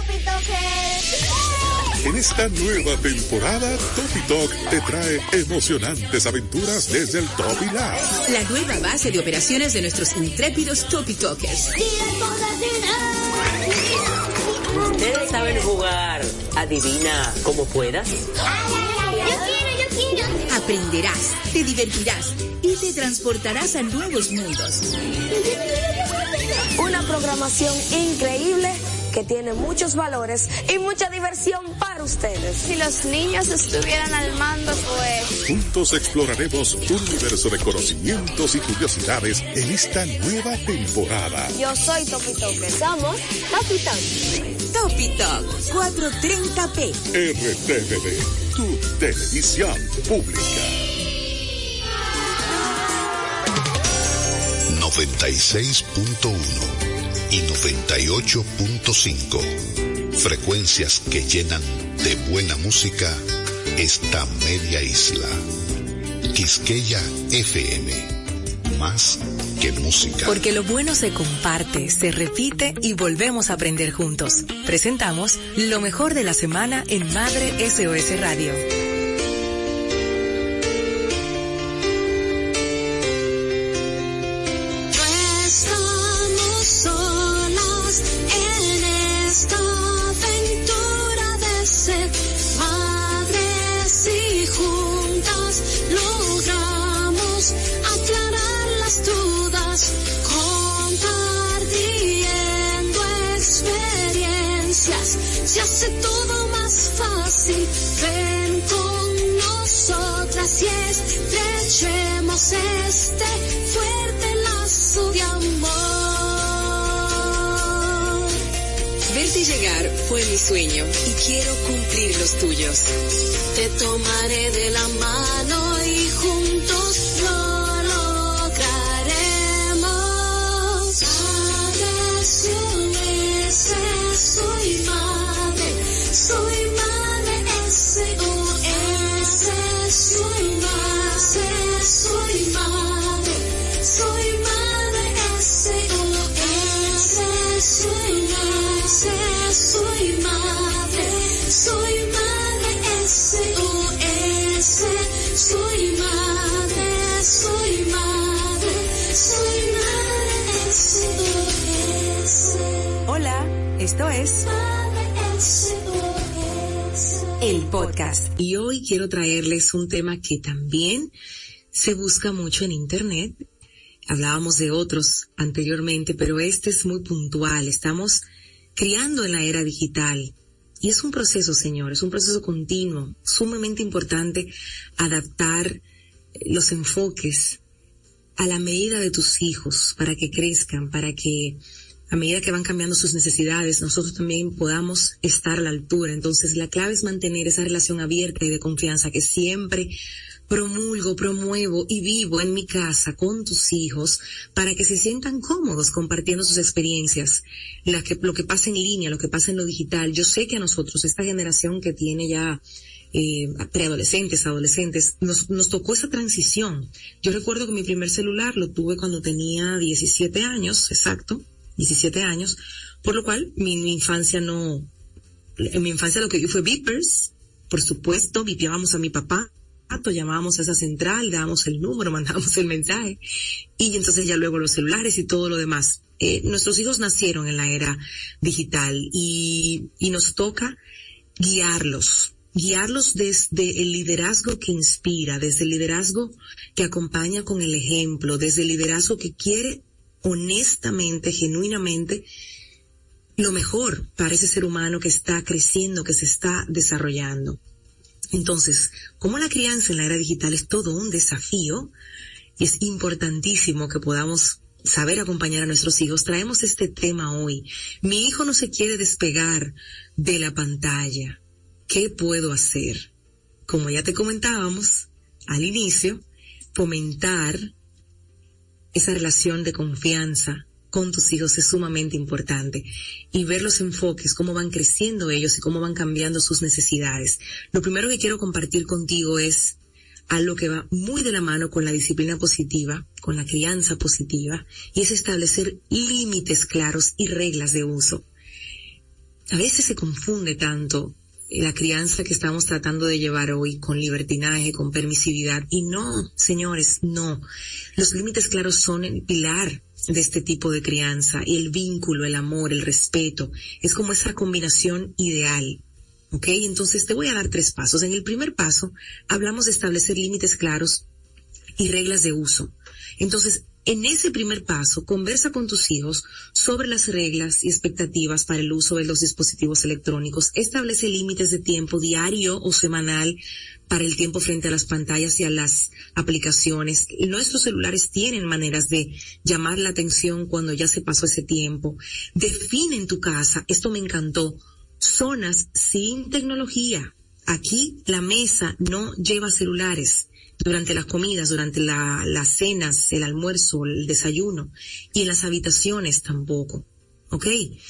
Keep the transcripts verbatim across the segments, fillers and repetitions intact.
En esta nueva temporada, Topi Talk te trae emocionantes aventuras desde el Topi Lab. La nueva base de operaciones de nuestros intrépidos Topi Talkers. Ustedes saben jugar. Adivina como puedas. Yo quiero, yo quiero. Aprenderás, te divertirás y te transportarás a nuevos mundos. Una programación increíble que tiene muchos valores y mucha diversión para ustedes. Si los niños estuvieran al mando, pues... Juntos exploraremos un universo de conocimientos y curiosidades en esta nueva temporada. Yo soy Topi Talker. Somos Topi Talk. Topi Talk, cuatrocientos treinta p. R T V D, tu televisión pública. noventa y seis punto uno y noventa y ocho punto cinco. Frecuencias que llenan de buena música esta media isla. Quisqueya F M. Más que música. Porque lo bueno se comparte, se repite y volvemos a aprender juntos. Presentamos lo mejor de la semana en Madre S O S Radio. Se hace todo más fácil. Ven con nosotras y estrechemos este fuerte lazo de amor. Verte llegar fue mi sueño y quiero cumplir los tuyos. Te tomaré de la mano y juntos lo lograremos. Madre, soy madre, soy madre S O S, soy madre, soy madre, soy madre S O S, soy madre, soy madre, soy madre S O S, soy madre, soy madre, soy madre S O S. Hola, esto es el podcast. Y hoy quiero traerles un tema que también se busca mucho en internet. Hablábamos de otros anteriormente, pero este es muy puntual. Estamos criando en la era digital. Y es un proceso, señor, es un proceso continuo, sumamente importante adaptar los enfoques a la medida de tus hijos para que crezcan, para que a medida que van cambiando sus necesidades, nosotros también podamos estar a la altura. Entonces, la clave es mantener esa relación abierta y de confianza que siempre promulgo, promuevo y vivo en mi casa con tus hijos para que se sientan cómodos compartiendo sus experiencias. La que, lo que pasa en línea, lo que pasa en lo digital. Yo sé que a nosotros, esta generación que tiene ya eh, preadolescentes, adolescentes, nos, nos tocó esa transición. Yo recuerdo que mi primer celular lo tuve cuando tenía diecisiete años, exacto. diecisiete años, por lo cual mi, mi infancia no, en mi infancia lo que vi fue beepers, por supuesto, vipiábamos a mi papá, llamábamos a esa central, dábamos el número, mandábamos el mensaje, y entonces ya luego los celulares y todo lo demás. Eh, nuestros hijos nacieron en la era digital y, y nos toca guiarlos, guiarlos desde el liderazgo que inspira, desde el liderazgo que acompaña con el ejemplo, desde el liderazgo que quiere honestamente, genuinamente, lo mejor para ese ser humano que está creciendo, que se está desarrollando. Entonces, como la crianza en la era digital es todo un desafío, y es importantísimo que podamos saber acompañar a nuestros hijos, traemos este tema hoy. Mi hijo no se quiere despegar de la pantalla. ¿Qué puedo hacer? Como ya te comentábamos al inicio, fomentar esa relación de confianza con tus hijos es sumamente importante y ver los enfoques, cómo van creciendo ellos y cómo van cambiando sus necesidades. Lo primero que quiero compartir contigo es algo que va muy de la mano con la disciplina positiva, con la crianza positiva, y es establecer límites claros y reglas de uso. a veces se confunde tanto la crianza que estamos tratando de llevar hoy con libertinaje, con permisividad. Y no, señores, no. Los límites claros son el pilar de este tipo de crianza, y el vínculo, el amor, el respeto, es como esa combinación ideal. ¿Ok? Entonces te voy a dar tres pasos. En el primer paso, hablamos de establecer límites claros y reglas de uso. Entonces, en ese primer paso, conversa con tus hijos sobre las reglas y expectativas para el uso de los dispositivos electrónicos. Establece límites de tiempo diario o semanal para el tiempo frente a las pantallas y a las aplicaciones. Nuestros celulares tienen maneras de llamar la atención cuando ya se pasó ese tiempo. Define en tu casa, esto me encantó, zonas sin tecnología. Aquí la mesa no lleva celulares. Durante las comidas, durante la, las cenas, el almuerzo, el desayuno, y en las habitaciones tampoco, ¿ok?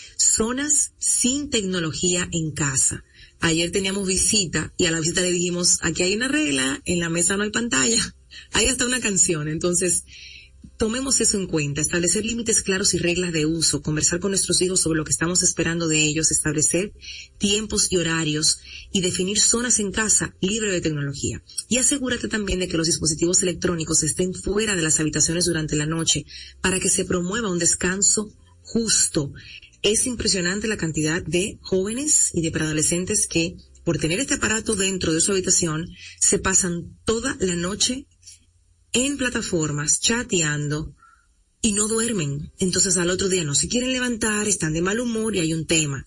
Zonas sin tecnología en casa. Ayer teníamos visita y a la visita le dijimos, aquí hay una regla, en la mesa no hay pantalla, hay hasta una canción. Entonces, tomemos eso en cuenta, establecer límites claros y reglas de uso, conversar con nuestros hijos sobre lo que estamos esperando de ellos, establecer tiempos y horarios y definir zonas en casa libre de tecnología. Y asegúrate también de que los dispositivos electrónicos estén fuera de las habitaciones durante la noche para que se promueva un descanso justo. Es impresionante la cantidad de jóvenes y de preadolescentes que, por tener este aparato dentro de su habitación, se pasan toda la noche en plataformas, chateando, y no duermen. Entonces al otro día no se quieren levantar, están de mal humor y hay un tema.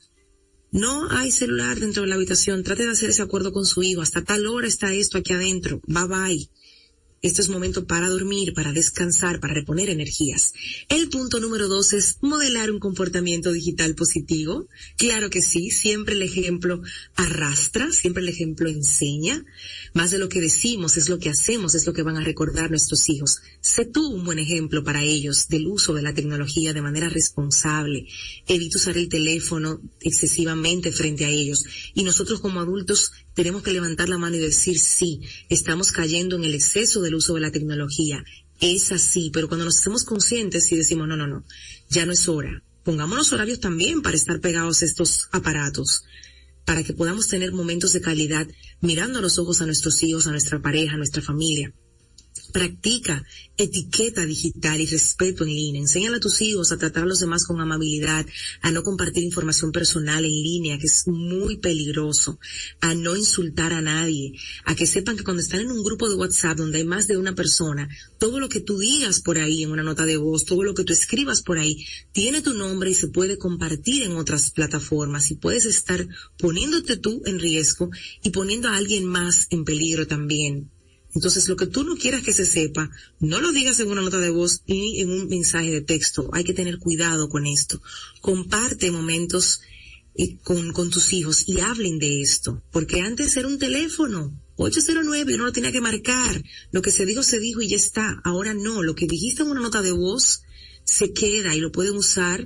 No hay celular dentro de la habitación, trate de hacer ese acuerdo con su hijo, hasta tal hora está esto aquí adentro, bye bye. Este es momento para dormir, para descansar, para reponer energías. El punto número dos es modelar un comportamiento digital positivo. Claro que sí, siempre el ejemplo arrastra, siempre el ejemplo enseña. Más de lo que decimos es lo que hacemos, es lo que van a recordar nuestros hijos. Sé tú un buen ejemplo para ellos del uso de la tecnología de manera responsable. Evita usar el teléfono excesivamente frente a ellos. Y nosotros como adultos tenemos que levantar la mano y decir sí, estamos cayendo en el exceso del uso de la tecnología. Es así, pero cuando nos hacemos conscientes y decimos no, no, no, ya no es hora. Pongámonos horarios también para estar pegados a estos aparatos, para que podamos tener momentos de calidad mirando a los ojos a nuestros hijos, a nuestra pareja, a nuestra familia. Practica etiqueta digital y respeto en línea. Enséñale a tus hijos a tratar a los demás con amabilidad, a no compartir información personal en línea, que es muy peligroso, a no insultar a nadie, a que sepan que cuando están en un grupo de WhatsApp donde hay más de una persona, todo lo que tú digas por ahí en una nota de voz, todo lo que tú escribas por ahí, tiene tu nombre y se puede compartir en otras plataformas y puedes estar poniéndote tú en riesgo y poniendo a alguien más en peligro también. Entonces, lo que tú no quieras que se sepa, no lo digas en una nota de voz ni en un mensaje de texto. Hay que tener cuidado con esto. Comparte momentos eh, con, con tus hijos y hablen de esto. Porque antes era un teléfono, ocho cero nueve, y uno lo tenía que marcar. Lo que se dijo, se dijo y ya está. Ahora no. Lo que dijiste en una nota de voz se queda y lo pueden usar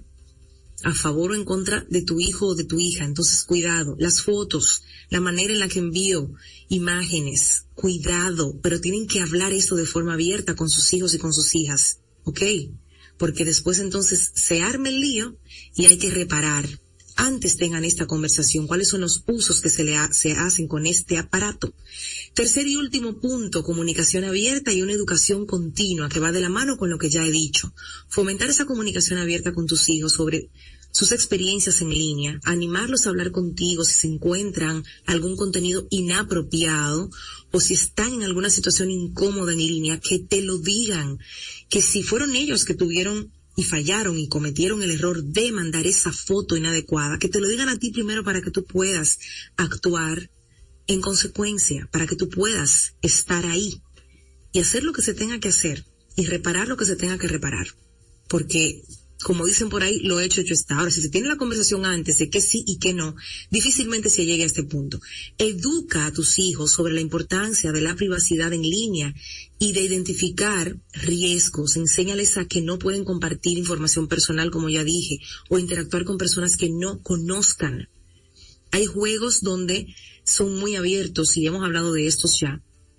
a favor o en contra de tu hijo o de tu hija. Entonces, cuidado. Las fotos, la manera en la que envío imágenes, cuidado, pero tienen que hablar esto de forma abierta con sus hijos y con sus hijas, ¿ok? Porque después entonces se arma el lío y hay que reparar. Antes tengan esta conversación, cuáles son los usos que se le ha, se hacen con este aparato. Tercer y último punto, comunicación abierta y una educación continua que va de la mano con lo que ya he dicho. Fomentar esa comunicación abierta con tus hijos sobre sus experiencias en línea, animarlos a hablar contigo si se encuentran algún contenido inapropiado o si están en alguna situación incómoda en línea, que te lo digan, que si fueron ellos que tuvieron y fallaron y cometieron el error de mandar esa foto inadecuada, que te lo digan a ti primero para que tú puedas actuar en consecuencia, para que tú puedas estar ahí y hacer lo que se tenga que hacer y reparar lo que se tenga que reparar. Porque, como dicen por ahí, lo hecho, hecho está. Ahora, si se tiene la conversación antes de qué sí y qué no, difícilmente se llegue a este punto. Educa a tus hijos sobre la importancia de la privacidad en línea y de identificar riesgos. Enséñales a que no pueden compartir información personal, como ya dije, o interactuar con personas que no conozcan. Hay juegos donde son muy abiertos, y hemos hablado de estos ya,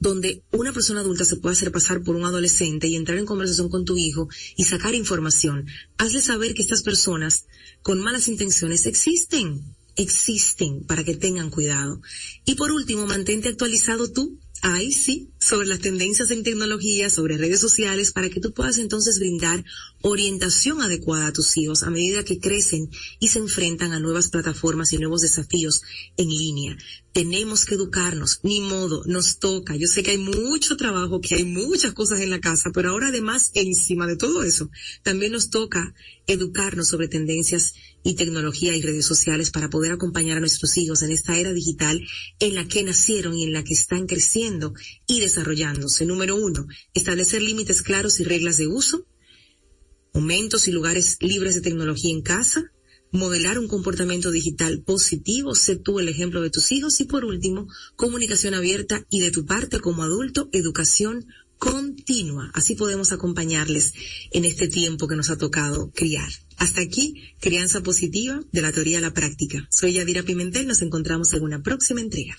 donde una persona adulta se puede hacer pasar por un adolescente y entrar en conversación con tu hijo y sacar información. Hazle saber que estas personas con malas intenciones existen, existen para que tengan cuidado. Y por último, mantente actualizado tú. Ay, sí, sobre las tendencias en tecnología, sobre redes sociales, para que tú puedas entonces brindar orientación adecuada a tus hijos a medida que crecen y se enfrentan a nuevas plataformas y nuevos desafíos en línea. Tenemos que educarnos, ni modo, nos toca. Yo sé que hay mucho trabajo, que hay muchas cosas en la casa, pero ahora además, encima de todo eso, también nos toca educarnos sobre tendencias y tecnología y redes sociales para poder acompañar a nuestros hijos en esta era digital en la que nacieron y en la que están creciendo y desarrollándose. Número uno, establecer límites claros y reglas de uso, momentos y lugares libres de tecnología en casa, modelar un comportamiento digital positivo, sé tú el ejemplo de tus hijos, y por último, comunicación abierta y de tu parte como adulto, educación continua. Así podemos acompañarles en este tiempo que nos ha tocado criar. Hasta aquí, Crianza Positiva, de la teoría a la práctica. Soy Yadira Pimentel, nos encontramos en una próxima entrega.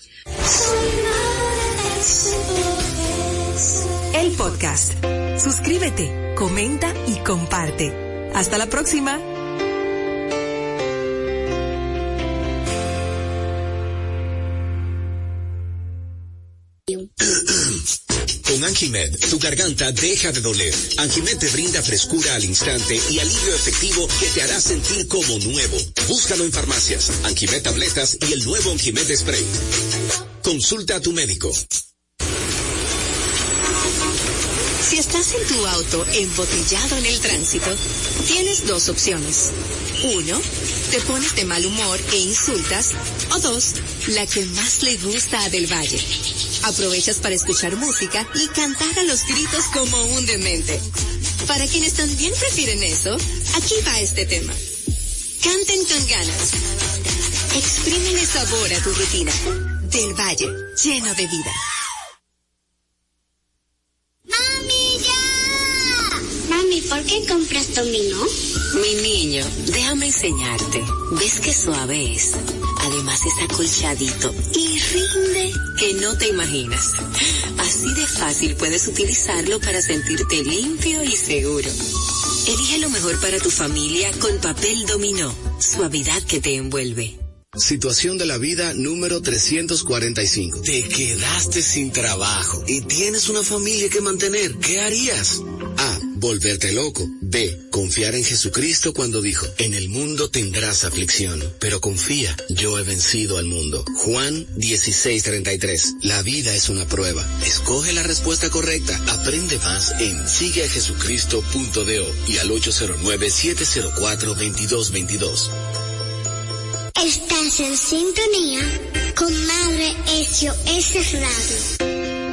El podcast. Suscríbete, comenta y comparte. Hasta la próxima. Con Anjimed, tu garganta deja de doler. Anjimed te brinda frescura al instante y alivio efectivo que te hará sentir como nuevo. Búscalo en farmacias, Anjimed Tabletas y el nuevo Anjimed Spray. Consulta a tu médico. Si estás en tu auto embotellado en el tránsito, tienes dos opciones. Uno, te pones de mal humor e insultas. O dos, la que más le gusta a Del Valle. Aprovechas para escuchar música y cantar a los gritos como un demente. Para quienes también prefieren eso, aquí va este tema. Canten con ganas. Exprímele sabor a tu rutina. Del Valle, lleno de vida. ¡Mami, ya! Mami, ¿por qué compras dominó? Mi niño, déjame enseñarte. ¿Ves qué suave es? Además es acolchadito y rinde que no te imaginas. Así de fácil puedes utilizarlo para sentirte limpio y seguro. Elige lo mejor para tu familia con papel dominó. Suavidad que te envuelve. Situación de la vida número trescientos cuarenta y cinco. Te quedaste sin trabajo y tienes una familia que mantener. ¿Qué harías? A. Volverte loco. B. Confiar en Jesucristo cuando dijo, en el mundo tendrás aflicción, pero confía, yo he vencido al mundo. Juan dieciséis treinta y tres. La vida es una prueba. Escoge la respuesta correcta. Aprende más en sigue a jesucristo punto do y al ocho cero nueve, siete cero cuatro, veintidós veintidós. Estás en sintonía con Madre S O S Radio.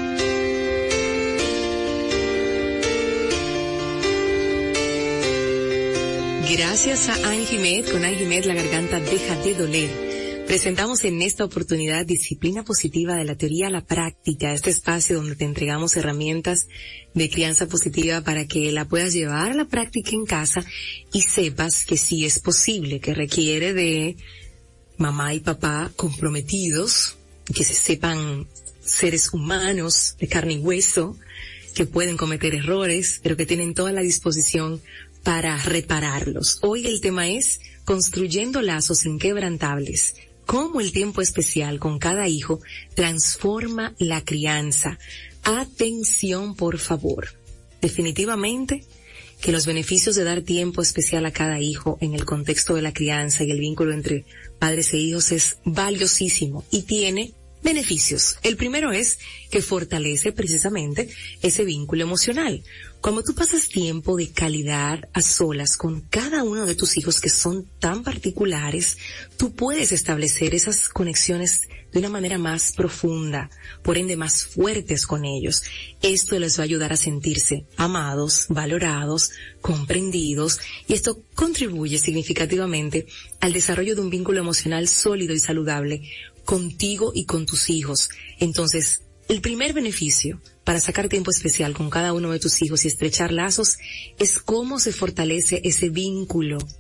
Gracias a Anjimed, con Anjimed la garganta deja de doler. Presentamos en esta oportunidad Disciplina Positiva, de la teoría a la práctica, este espacio donde te entregamos herramientas de crianza positiva para que la puedas llevar a la práctica en casa y sepas que sí es posible, que requiere de mamá y papá comprometidos, que se sepan seres humanos de carne y hueso, que pueden cometer errores, pero que tienen toda la disposición para repararlos. Hoy el tema es construyendo lazos inquebrantables, cómo el tiempo especial con cada hijo transforma la crianza. Atención, por favor. Definitivamente que los beneficios de dar tiempo especial a cada hijo en el contexto de la crianza y el vínculo entre padres e hijos es valiosísimo y tiene beneficios. El primero es que fortalece precisamente ese vínculo emocional. Cuando tú pasas tiempo de calidad a solas con cada uno de tus hijos que son tan particulares, tú puedes establecer esas conexiones de una manera más profunda, por ende más fuertes con ellos. Esto les va a ayudar a sentirse amados, valorados, comprendidos, y esto contribuye significativamente al desarrollo de un vínculo emocional sólido y saludable contigo y con tus hijos. Entonces, el primer beneficio para sacar tiempo especial con cada uno de tus hijos y estrechar lazos es cómo se fortalece ese vínculo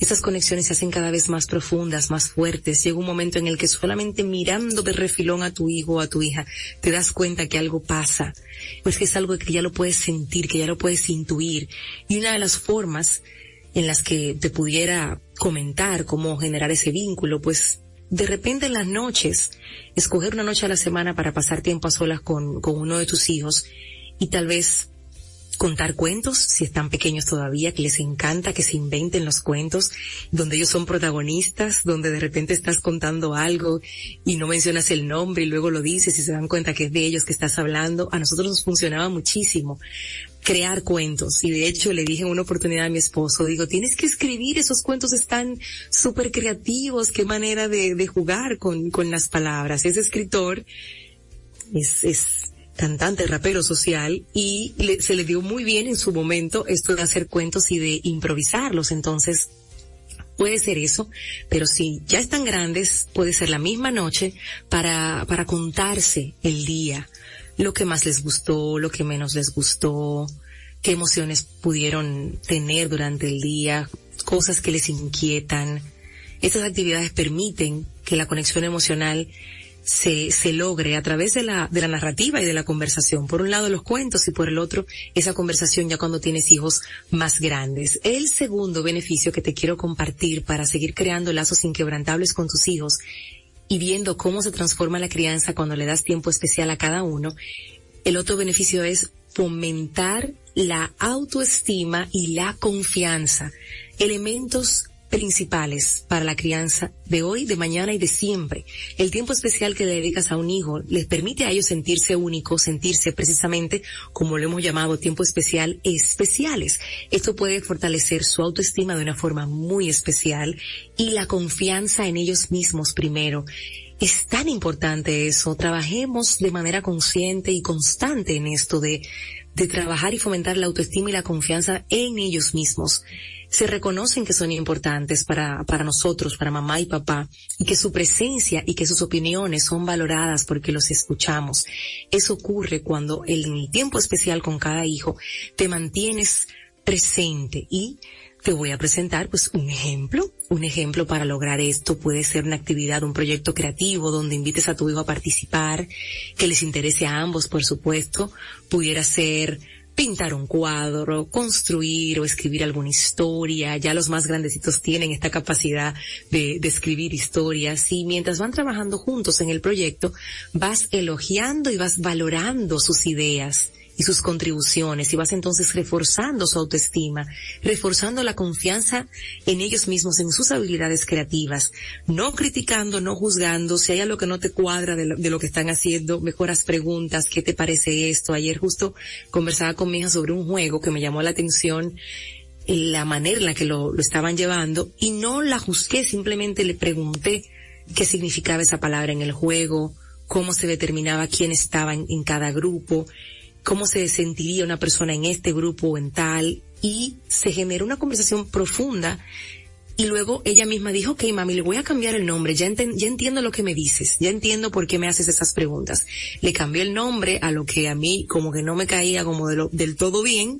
esas conexiones se hacen cada vez más profundas, más fuertes. Llega un momento en el que solamente mirando de refilón a tu hijo o a tu hija, te das cuenta que algo pasa. Pues que es algo que ya lo puedes sentir, que ya lo puedes intuir. Y una de las formas en las que te pudiera comentar cómo generar ese vínculo, pues de repente en las noches, escoger una noche a la semana para pasar tiempo a solas con, con uno de tus hijos y tal vez contar cuentos, si están pequeños todavía, que les encanta que se inventen los cuentos, donde ellos son protagonistas, donde de repente estás contando algo y no mencionas el nombre y luego lo dices y se dan cuenta que es de ellos que estás hablando. A nosotros nos funcionaba muchísimo crear cuentos, y de hecho le dije en una oportunidad a mi esposo, digo, tienes que escribir, esos cuentos están súper creativos, qué manera de, de jugar con, con las palabras. Ese escritor es, es cantante, rapero social, y le, se le dio muy bien en su momento esto de hacer cuentos y de improvisarlos. Entonces puede ser eso, pero si ya están grandes, puede ser la misma noche para, para contarse el día, lo que más les gustó, lo que menos les gustó, qué emociones pudieron tener durante el día, cosas que les inquietan. Estas actividades permiten que la conexión emocional se, se logre a través de la, de la narrativa y de la conversación. Por un lado los cuentos y por el otro esa conversación ya cuando tienes hijos más grandes. El segundo beneficio que te quiero compartir para seguir creando lazos inquebrantables con tus hijos y viendo cómo se transforma la crianza cuando le das tiempo especial a cada uno, el otro beneficio es fomentar la autoestima y la confianza, elementos principales para la crianza de hoy, de mañana y de siempre. El tiempo especial que le dedicas a un hijo les permite a ellos sentirse únicos, sentirse precisamente, como lo hemos llamado, tiempo especial, especiales. Esto puede fortalecer su autoestima de una forma muy especial y la confianza en ellos mismos primero. Es tan importante eso. Trabajemos de manera consciente y constante en esto de, de trabajar y fomentar la autoestima y la confianza en ellos mismos. Se reconocen que son importantes para, para nosotros, para mamá y papá, y que su presencia y que sus opiniones son valoradas porque los escuchamos. Eso ocurre cuando en el tiempo especial con cada hijo te mantienes presente. Y te voy a presentar pues un ejemplo, un ejemplo para lograr esto. Puede ser una actividad, un proyecto creativo donde invites a tu hijo a participar, que les interese a ambos, por supuesto. Pudiera ser pintar un cuadro, construir o escribir alguna historia. Ya los más grandecitos tienen esta capacidad de, de escribir historias, y mientras van trabajando juntos en el proyecto, vas elogiando y vas valorando sus ideas y sus contribuciones, y vas entonces reforzando su autoestima, reforzando la confianza en ellos mismos, en sus habilidades creativas, no criticando, no juzgando. Si hay algo que no te cuadra de lo, de lo que están haciendo, mejoras preguntas, ¿qué te parece esto? Ayer justo conversaba con mi hija sobre un juego que me llamó la atención, la manera en la que lo, lo estaban llevando, y no la juzgué, simplemente le pregunté qué significaba esa palabra en el juego, cómo se determinaba quién estaba en, en cada grupo, cómo se sentiría una persona en este grupo o en tal, y se generó una conversación profunda. Y luego ella misma dijo, ok, mami, le voy a cambiar el nombre, ya, enten, ya entiendo lo que me dices, ya entiendo por qué me haces esas preguntas. Le cambié el nombre a lo que a mí como que no me caía como de lo, del todo bien,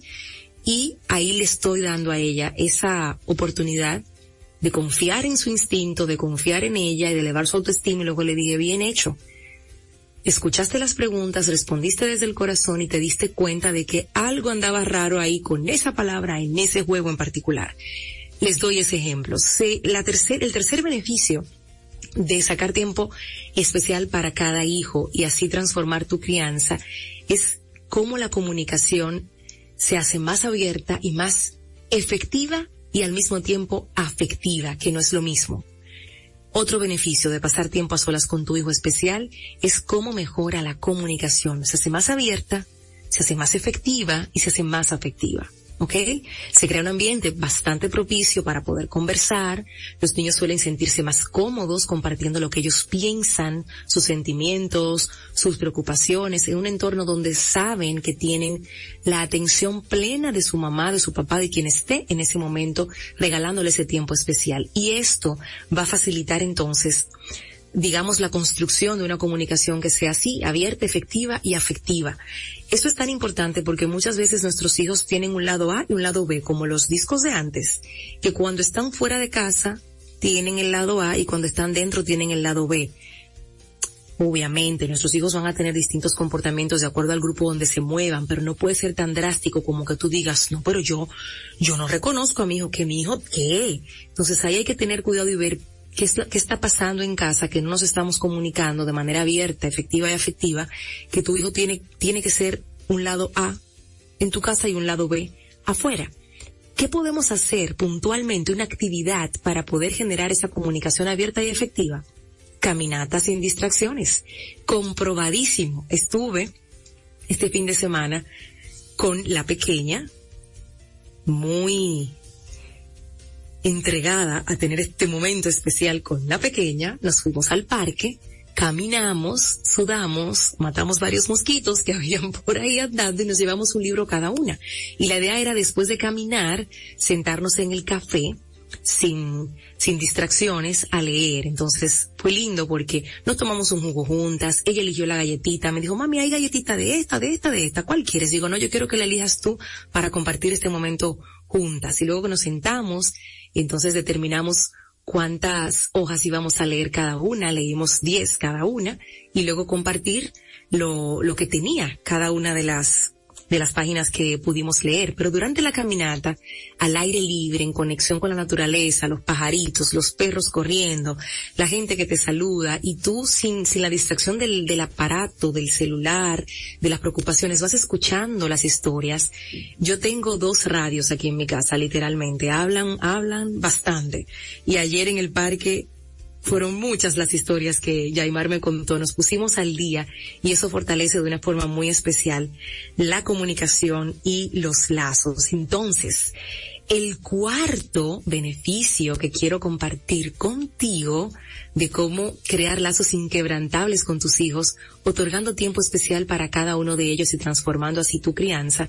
y ahí le estoy dando a ella esa oportunidad de confiar en su instinto, de confiar en ella y de elevar su autoestima. Y luego le dije, bien hecho. Escuchaste las preguntas, respondiste desde el corazón y te diste cuenta de que algo andaba raro ahí con esa palabra en ese juego en particular. Les doy ese ejemplo. Se, la tercer, el tercer beneficio de sacar tiempo especial para cada hijo y así transformar tu crianza es cómo la comunicación se hace más abierta y más efectiva y al mismo tiempo afectiva, que no es lo mismo. Otro beneficio de pasar tiempo a solas con tu hijo especial es cómo mejora la comunicación. Se hace más abierta, se hace más efectiva y se hace más afectiva. ¿Ok? Se crea un ambiente bastante propicio para poder conversar. Los niños suelen sentirse más cómodos compartiendo lo que ellos piensan, sus sentimientos, sus preocupaciones, en un entorno donde saben que tienen la atención plena de su mamá, de su papá, de quien esté en ese momento regalándole ese tiempo especial. Y esto va a facilitar entonces digamos, la construcción de una comunicación que sea así, abierta, efectiva y afectiva. Esto es tan importante porque muchas veces nuestros hijos tienen un lado A y un lado B, como los discos de antes, que cuando están fuera de casa tienen el lado A y cuando están dentro tienen el lado B. Obviamente, nuestros hijos van a tener distintos comportamientos de acuerdo al grupo donde se muevan, pero no puede ser tan drástico como que tú digas, no, pero yo, yo no reconozco a mi hijo, que mi hijo, ¿qué? Entonces ahí hay que tener cuidado y ver qué es lo que está pasando en casa, que no nos estamos comunicando de manera abierta, efectiva y afectiva, que tu hijo tiene, tiene que ser un lado A en tu casa y un lado B afuera. ¿Qué podemos hacer puntualmente, una actividad para poder generar esa comunicación abierta y efectiva? Caminatas sin distracciones. Comprobadísimo. Estuve este fin de semana con la pequeña, muy entregada a tener este momento especial con la pequeña. Nos fuimos al parque, caminamos, sudamos, matamos varios mosquitos que habían por ahí andando y nos llevamos un libro cada una. Y la idea era, después de caminar, sentarnos en el café sin sin distracciones a leer. Entonces fue lindo porque nos tomamos un jugo juntas, ella eligió la galletita, me dijo, mami, hay galletita de esta, de esta, de esta, ¿cuál quieres? Digo, no, yo quiero que la elijas tú para compartir este momento juntas. Y luego que nos sentamos, entonces determinamos cuántas hojas íbamos a leer cada una, leímos diez cada una, y luego compartir lo lo que tenía cada una de las de las páginas que pudimos leer. Pero durante la caminata, al aire libre, en conexión con la naturaleza, los pajaritos, los perros corriendo, la gente que te saluda, y tú sin, sin la distracción del, del aparato, del celular, de las preocupaciones, vas escuchando las historias. Yo tengo dos radios aquí en mi casa, literalmente. Hablan, hablan bastante. Y ayer en el parque, fueron muchas las historias que Yaimar me contó, nos pusimos al día y eso fortalece de una forma muy especial la comunicación y los lazos. Entonces, el cuarto beneficio que quiero compartir contigo de cómo crear lazos inquebrantables con tus hijos, otorgando tiempo especial para cada uno de ellos y transformando así tu crianza,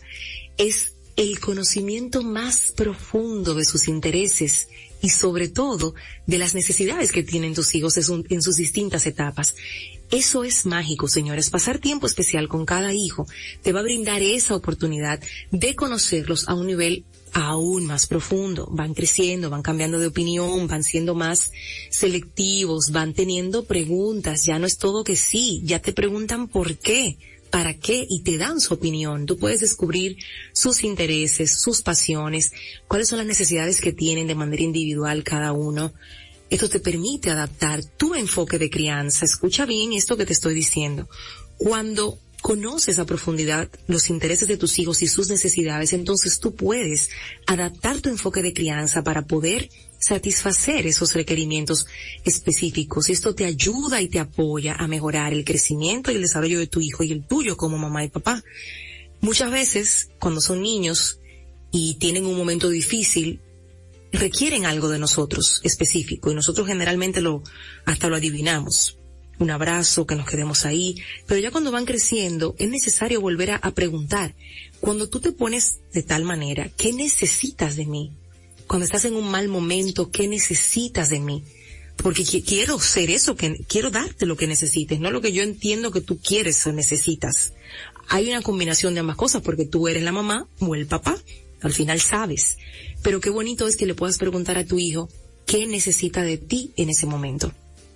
es el conocimiento más profundo de sus intereses y sobre todo de las necesidades que tienen tus hijos en sus distintas etapas. Eso es mágico, señores. Pasar tiempo especial con cada hijo te va a brindar esa oportunidad de conocerlos a un nivel aún más profundo. Van creciendo, van cambiando de opinión, van siendo más selectivos, van teniendo preguntas. Ya no es todo que sí, ya te preguntan por qué, para qué, y te dan su opinión. Tú puedes descubrir sus intereses, sus pasiones, cuáles son las necesidades que tienen de manera individual cada uno. Esto te permite adaptar tu enfoque de crianza. Escucha bien esto que te estoy diciendo. Cuando conoces a profundidad los intereses de tus hijos y sus necesidades, entonces tú puedes adaptar tu enfoque de crianza para poder satisfacer esos requerimientos específicos. Y esto te ayuda y te apoya a mejorar el crecimiento y el desarrollo de tu hijo y el tuyo como mamá y papá. Muchas veces, cuando son niños y tienen un momento difícil, requieren algo de nosotros específico y nosotros generalmente lo, hasta lo adivinamos. Un abrazo, que nos quedemos ahí, pero ya cuando van creciendo es necesario volver a, a preguntar. Cuando tú te pones de tal manera, ¿qué necesitas de mí? Cuando estás en un mal momento, ¿qué necesitas de mí? Porque qu- quiero ser eso, que quiero darte lo que necesites, no lo que yo entiendo que tú quieres o necesitas. Hay una combinación de ambas cosas porque tú eres la mamá o el papá, al final sabes. Pero qué bonito es que le puedas preguntar a tu hijo qué necesita de ti en ese momento.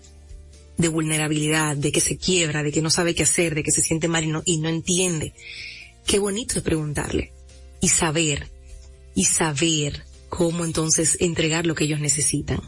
De vulnerabilidad, de que se quiebra, de que no sabe qué hacer, de que se siente mal y no, y no entiende. Qué bonito es preguntarle y saber, y saber cómo entonces entregar lo que ellos necesitan.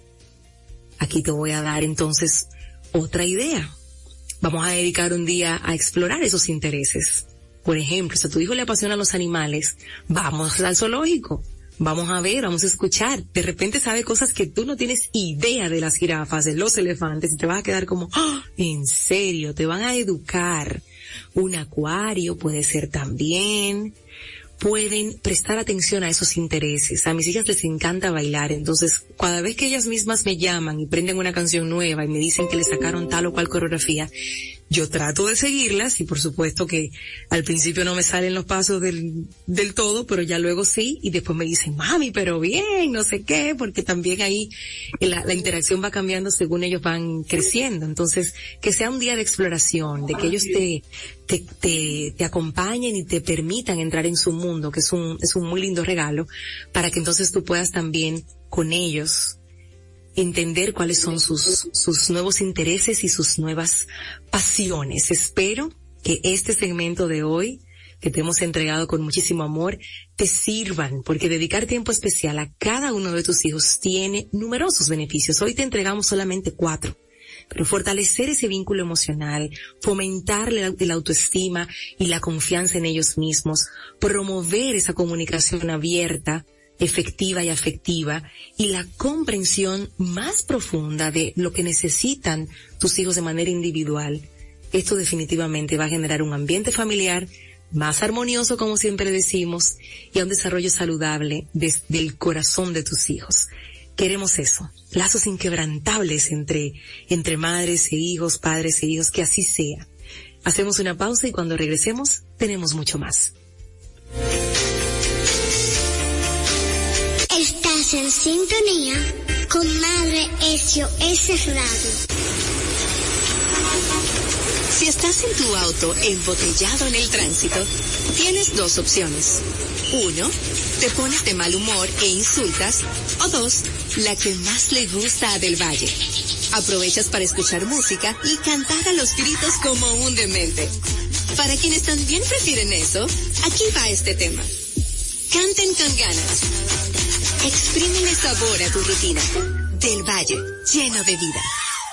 Aquí te voy a dar entonces otra idea. Vamos a dedicar un día a explorar esos intereses. Por ejemplo, si a tu hijo le apasionan los animales, vamos al zoológico. Vamos a ver, vamos a escuchar. De repente sabe cosas que tú no tienes idea de las jirafas, de los elefantes, y te vas a quedar como, ¡oh! En serio, te van a educar. Un acuario puede ser también. Pueden prestar atención a esos intereses. A mis hijas les encanta bailar, entonces cada vez que ellas mismas me llaman y prenden una canción nueva y me dicen que le sacaron tal o cual coreografía, Yo trato de seguirlas y por supuesto que al principio no me salen los pasos del, del todo, pero ya luego sí, y después me dicen, mami, pero bien, no sé qué, porque también ahí la, la interacción va cambiando según ellos van creciendo. Entonces, que sea un día de exploración, de que ellos te, te, te, te acompañen y te permitan entrar en su mundo, que es un, es un muy lindo regalo, para que entonces tú puedas también con ellos entender cuáles son sus, sus nuevos intereses y sus nuevas pasiones. Espero que este segmento de hoy, que te hemos entregado con muchísimo amor, te sirvan, porque dedicar tiempo especial a cada uno de tus hijos tiene numerosos beneficios. Hoy te entregamos solamente cuatro, pero fortalecer ese vínculo emocional, fomentarle la autoestima y la confianza en ellos mismos, promover esa comunicación abierta, efectiva y afectiva, y la comprensión más profunda de lo que necesitan tus hijos de manera individual. Esto definitivamente va a generar un ambiente familiar más armonioso, como siempre decimos, y a un desarrollo saludable desde el corazón de tus hijos. Queremos eso, lazos inquebrantables entre, entre madres e hijos, padres e hijos, que así sea. Hacemos una pausa y cuando regresemos tenemos mucho más. Estás en sintonía con Madre S O S Radio. Si estás en tu auto embotellado en el tránsito, tienes dos opciones. Uno, te pones de mal humor e insultas. O dos, la que más le gusta a Del Valle. Aprovechas para escuchar música y cantar a los gritos como un demente. Para quienes también prefieren eso, aquí va este tema. Canten con ganas. Exprímele sabor a tu rutina. Del Valle, lleno de vida.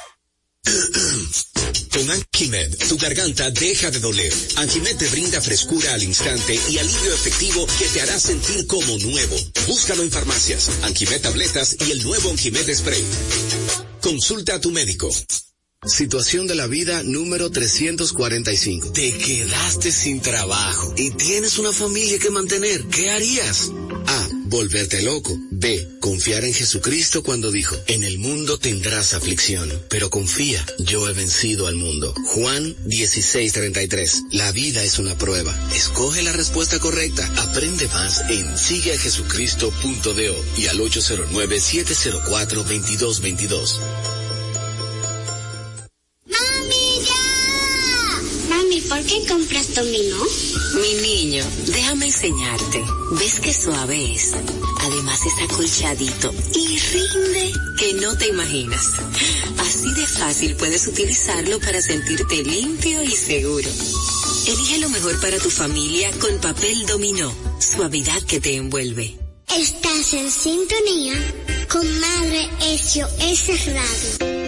Con Anjimed, tu garganta deja de doler. Anjimed te brinda frescura al instante y alivio efectivo que te hará sentir como nuevo. Búscalo en farmacias, Anjimed tabletas y el nuevo Anjimed Spray. Consulta a tu médico. Situación de la vida número trescientos cuarenta y cinco. Te quedaste sin trabajo y tienes una familia que mantener. ¿Qué harías? A. Volverte loco. B. Confiar en Jesucristo cuando dijo, en el mundo tendrás aflicción, pero confía, yo he vencido al mundo. Juan dieciséis treinta y tres. La vida es una prueba. Escoge la respuesta correcta. Aprende más en sigue a jesucristo punto do y al ocho cero nueve, siete cero cuatro, veintidós veintidós. ¿Por qué compras dominó? Mi niño, déjame enseñarte. ¿Ves qué suave es? Además es acolchadito y rinde que no te imaginas. Así de fácil puedes utilizarlo para sentirte limpio y seguro. Elige lo mejor para tu familia con papel dominó. Suavidad que te envuelve. Estás en sintonía con Madre S O S Radio.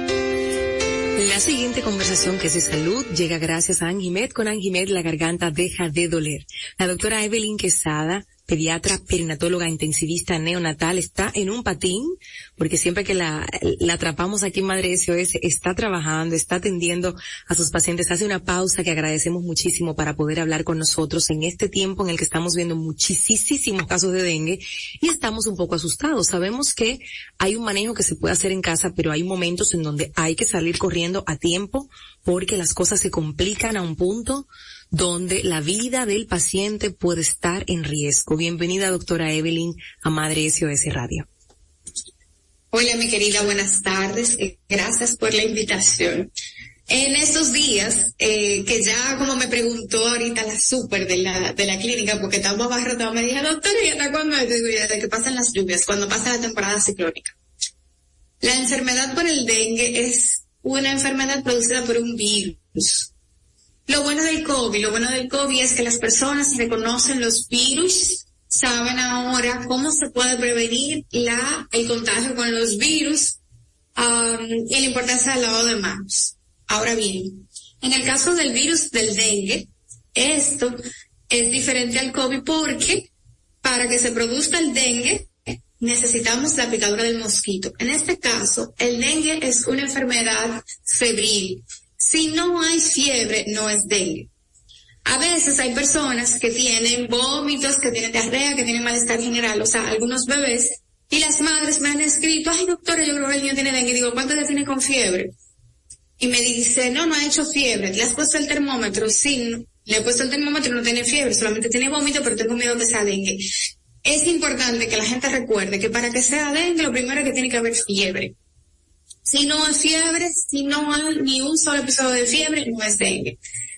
La siguiente conversación, que es de salud, llega gracias a Anjimed. Con Anjimed la garganta deja de doler. La doctora Evelyn Quesada, pediatra, perinatóloga, intensivista neonatal, está en un patín, porque siempre que la, la atrapamos aquí en Madre S O S, está trabajando, está atendiendo a sus pacientes. Hace una pausa que agradecemos muchísimo para poder hablar con nosotros en este tiempo en el que estamos viendo muchísimos casos de dengue y estamos un poco asustados. Sabemos que hay un manejo que se puede hacer en casa, pero hay momentos en donde hay que salir corriendo a tiempo porque las cosas se complican a un punto donde la vida del paciente puede estar en riesgo. Bienvenida, doctora Evelyn, a Madre S O S Radio. Hola, mi querida, buenas tardes. Gracias por la invitación. En estos días, eh, que ya como me preguntó ahorita la súper de la, de la clínica, porque estamos abarrotados, me dije, doctora, ¿y hasta cuándo? Desde que pasan las lluvias, cuando pasa la temporada ciclónica. La enfermedad por el dengue es una enfermedad producida por un virus. Lo bueno del COVID, lo bueno del COVID es que las personas reconocen los virus, saben ahora cómo se puede prevenir la, el contagio con los virus, um, y la importancia del lavado de manos. Ahora bien, en el caso del virus del dengue, esto es diferente al COVID porque para que se produzca el dengue necesitamos la picadura del mosquito. En este caso, el dengue es una enfermedad febril. Si no hay fiebre, no es dengue. A veces hay personas que tienen vómitos, que tienen diarrea, que tienen malestar general, o sea, algunos bebés, y las madres me han escrito, ay doctora, yo creo que el niño tiene dengue. Y digo, ¿cuánto le tiene con fiebre? y me dice, no, no ha hecho fiebre, ¿le has puesto el termómetro? Sí, no, le he puesto el termómetro, no tiene fiebre, solamente tiene vómito, pero tengo miedo que sea dengue. Es importante que la gente recuerde que para que sea dengue, lo primero es que tiene que haber fiebre. Si no hay fiebre, si no hay ni un solo episodio de fiebre, no es dengue.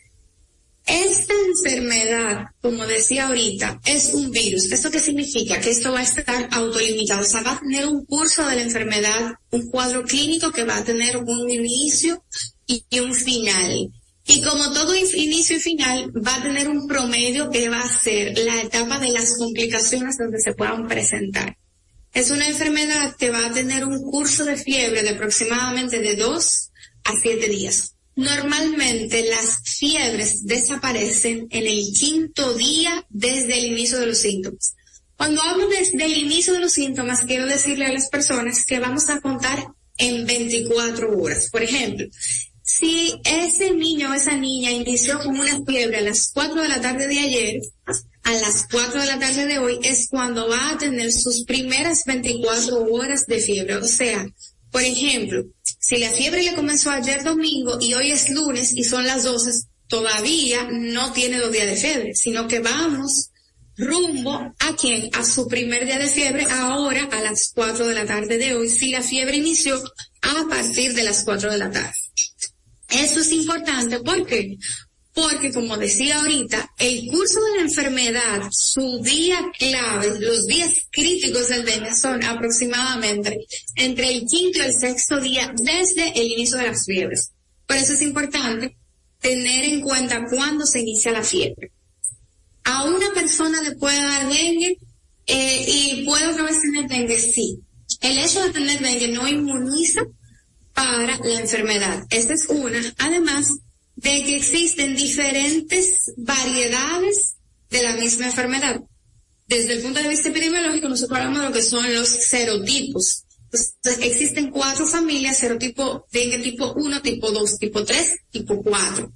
Esta enfermedad, como decía ahorita, es un virus. ¿Eso qué significa? Que esto va a estar autolimitado. O sea, va a tener un curso de la enfermedad, un cuadro clínico que va a tener un inicio y un final. Y como todo inicio y final, va a tener un promedio que va a ser la etapa de las complicaciones donde se puedan presentar. Es una enfermedad que va a tener un curso de fiebre de aproximadamente de dos a siete días. Normalmente las fiebres desaparecen en el quinto día desde el inicio de los síntomas. Cuando hablo desde el inicio de los síntomas, quiero decirle a las personas que vamos a contar en veinticuatro horas. Por ejemplo, si ese niño o esa niña inició con una fiebre a las cuatro de la tarde de ayer, a las cuatro de la tarde de hoy es cuando va a tener sus primeras veinticuatro horas de fiebre. O sea, por ejemplo, si la fiebre le comenzó ayer domingo y hoy es lunes y son las doce, todavía no tiene dos días de fiebre, sino que vamos rumbo a quién, a su primer día de fiebre ahora a las cuatro de la tarde de hoy, si la fiebre inició a partir de las cuatro de la tarde. Eso es importante, ¿por qué? Porque, como decía ahorita, el curso de la enfermedad, su día clave, los días críticos del dengue son aproximadamente entre el quinto y el sexto día desde el inicio de las fiebres. Por eso es importante tener en cuenta cuándo se inicia la fiebre. A una persona le puede dar dengue eh, y puede otra vez tener dengue, sí. El hecho de tener dengue no inmuniza para la enfermedad. Esta es una. Además de que existen diferentes variedades de la misma enfermedad. Desde el punto de vista epidemiológico, nosotros hablamos de lo que son los serotipos. Entonces, existen cuatro familias, serotipo dengue tipo uno, tipo dos, tipo tres, tipo cuatro.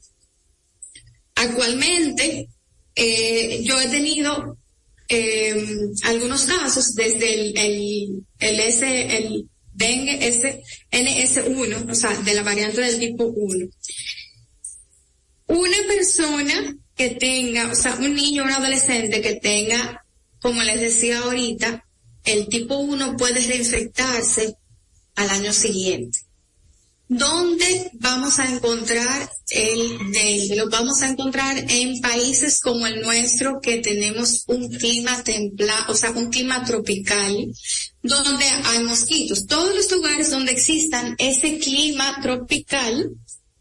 Actualmente, eh, yo he tenido eh, algunos casos desde el, el, el S, el dengue S, N S uno, o sea, de la variante del tipo uno. Una persona que tenga, o sea, un niño o un adolescente que tenga, como les decía ahorita, el tipo uno puede reinfectarse al año siguiente. ¿Dónde vamos a encontrar el dengue? Lo vamos a encontrar en países como el nuestro, que tenemos un clima templado, o sea, un clima tropical, donde hay mosquitos. Todos los lugares donde existan ese clima tropical,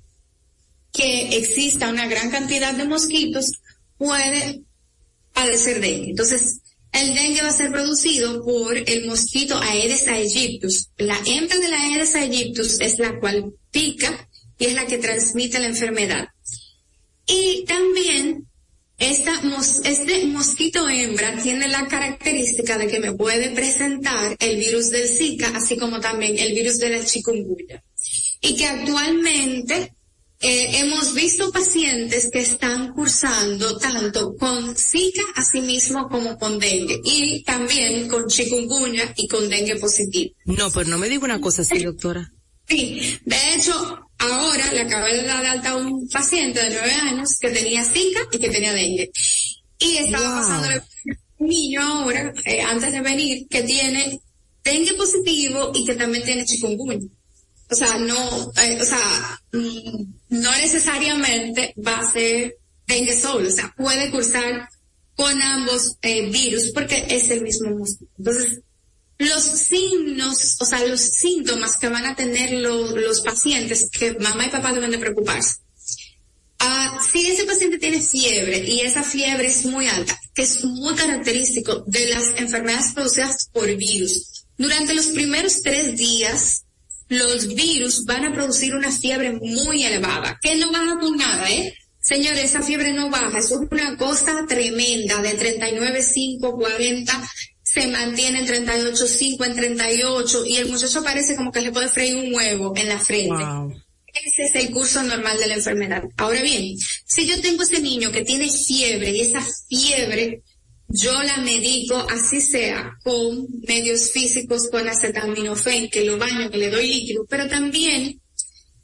que exista una gran cantidad de mosquitos, puede padecer dengue. Entonces, el dengue va a ser producido por el mosquito Aedes aegyptus. La hembra de la Aedes aegyptus es la cual pica y es la que transmite la enfermedad. Y también esta mos, este mosquito hembra tiene la característica de que me puede presentar el virus del Zika, así como también el virus de la chikungunya. Y que actualmente Eh, hemos visto pacientes que están cursando tanto con Zika asimismo como con dengue y también con chikungunya y con dengue positivo. No, pero no me diga una cosa así, doctora. Sí, de hecho, ahora le acabé de dar de alta a un paciente de nueve años que tenía Zika y que tenía dengue. Y estaba wow. pasando un niño ahora, eh, antes de venir, que tiene dengue positivo y que también tiene chikungunya. O sea, no, eh, o sea, no necesariamente va a ser dengue solo, o sea, puede cursar con ambos eh, virus porque es el mismo mosquito. Entonces, los signos, o sea, los síntomas que van a tener lo, los pacientes, que mamá y papá deben de preocuparse. Ah, si ese paciente tiene fiebre y esa fiebre es muy alta, que es muy característico de las enfermedades producidas por virus, durante los primeros tres días, los virus van a producir una fiebre muy elevada, que no baja con nada, ¿eh? Señores, esa fiebre no baja, eso es una cosa tremenda, de treinta y nueve, cinco, cuarenta, se mantiene en treinta y ocho, cinco, en treinta y ocho, y el muchacho parece como que le puede freír un huevo en la frente. Wow. Ese es el curso normal de la enfermedad. Ahora bien, si yo tengo ese niño que tiene fiebre, y esa fiebre yo la medico, así sea, con medios físicos, con acetaminofén, que lo baño, que le doy líquido, pero también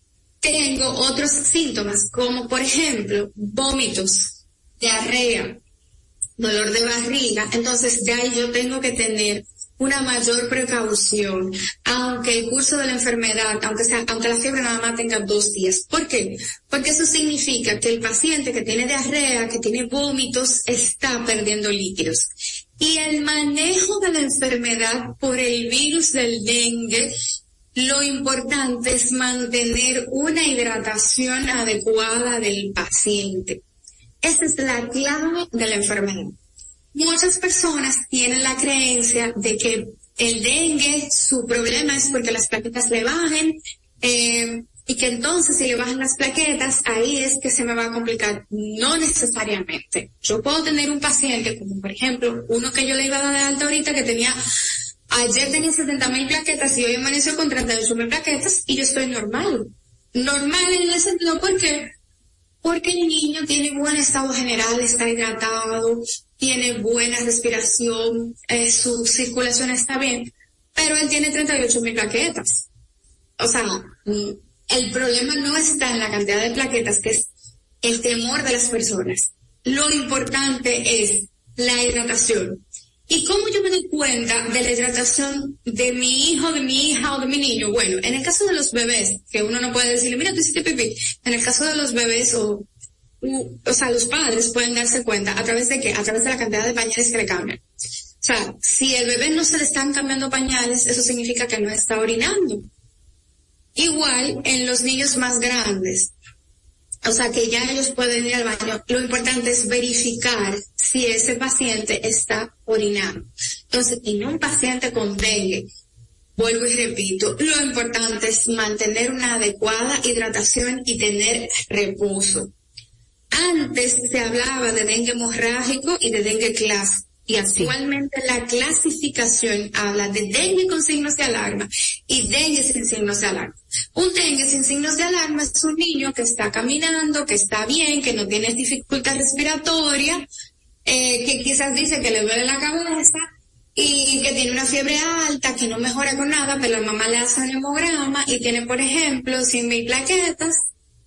tengo otros síntomas, como por ejemplo, vómitos, diarrea, dolor de barriga, entonces ya yo tengo que tener una mayor precaución, aunque el curso de la enfermedad, aunque sea, aunque la fiebre nada más tenga dos días. ¿Por qué? Porque eso significa que el paciente que tiene diarrea, que tiene vómitos, está perdiendo líquidos. Y el manejo de la enfermedad por el virus del dengue, lo importante es mantener una hidratación adecuada del paciente. Esa es la clave de la enfermedad. Muchas personas tienen la creencia de que el dengue, su problema es porque las plaquetas le bajen, eh, y que entonces si le bajan las plaquetas, ahí es que se me va a complicar. No necesariamente. Yo puedo tener un paciente, como por ejemplo, uno que yo le iba a dar de alta ahorita, que tenía, ayer tenía setenta mil plaquetas y hoy amaneció con treinta y ocho mil plaquetas y yo estoy normal. Normal en el sentido, ¿por qué? Porque el niño tiene buen estado general, está hidratado, tiene buena respiración, eh, su circulación está bien, pero él tiene treinta y ocho mil plaquetas. O sea, el problema no está en la cantidad de plaquetas, que es el temor de las personas. Lo importante es la hidratación. ¿Y cómo yo me doy cuenta de la hidratación de mi hijo, de mi hija o de mi niño? Bueno, en el caso de los bebés, que uno no puede decirle, mira, tú hiciste pipí. En el caso de los bebés o, o sea, los padres pueden darse cuenta, ¿a través de qué? A través de la cantidad de pañales que le cambian. O sea, si el bebé no se le están cambiando pañales, eso significa que no está orinando. Igual en los niños más grandes. O sea, que ya ellos pueden ir al baño. Lo importante es verificar si ese paciente está orinando. Entonces, en un paciente con dengue, vuelvo y repito, lo importante es mantener una adecuada hidratación y tener reposo. Antes se hablaba de dengue hemorrágico y de dengue clásico. Y actualmente la clasificación habla de dengue con signos de alarma y dengue sin signos de alarma. Un dengue sin signos de alarma es un niño que está caminando, que está bien, que no tiene dificultad respiratoria, eh, que quizás dice que le duele la cabeza y que tiene una fiebre alta, que no mejora con nada, pero la mamá le hace un hemograma y tiene, por ejemplo, cien mil plaquetas,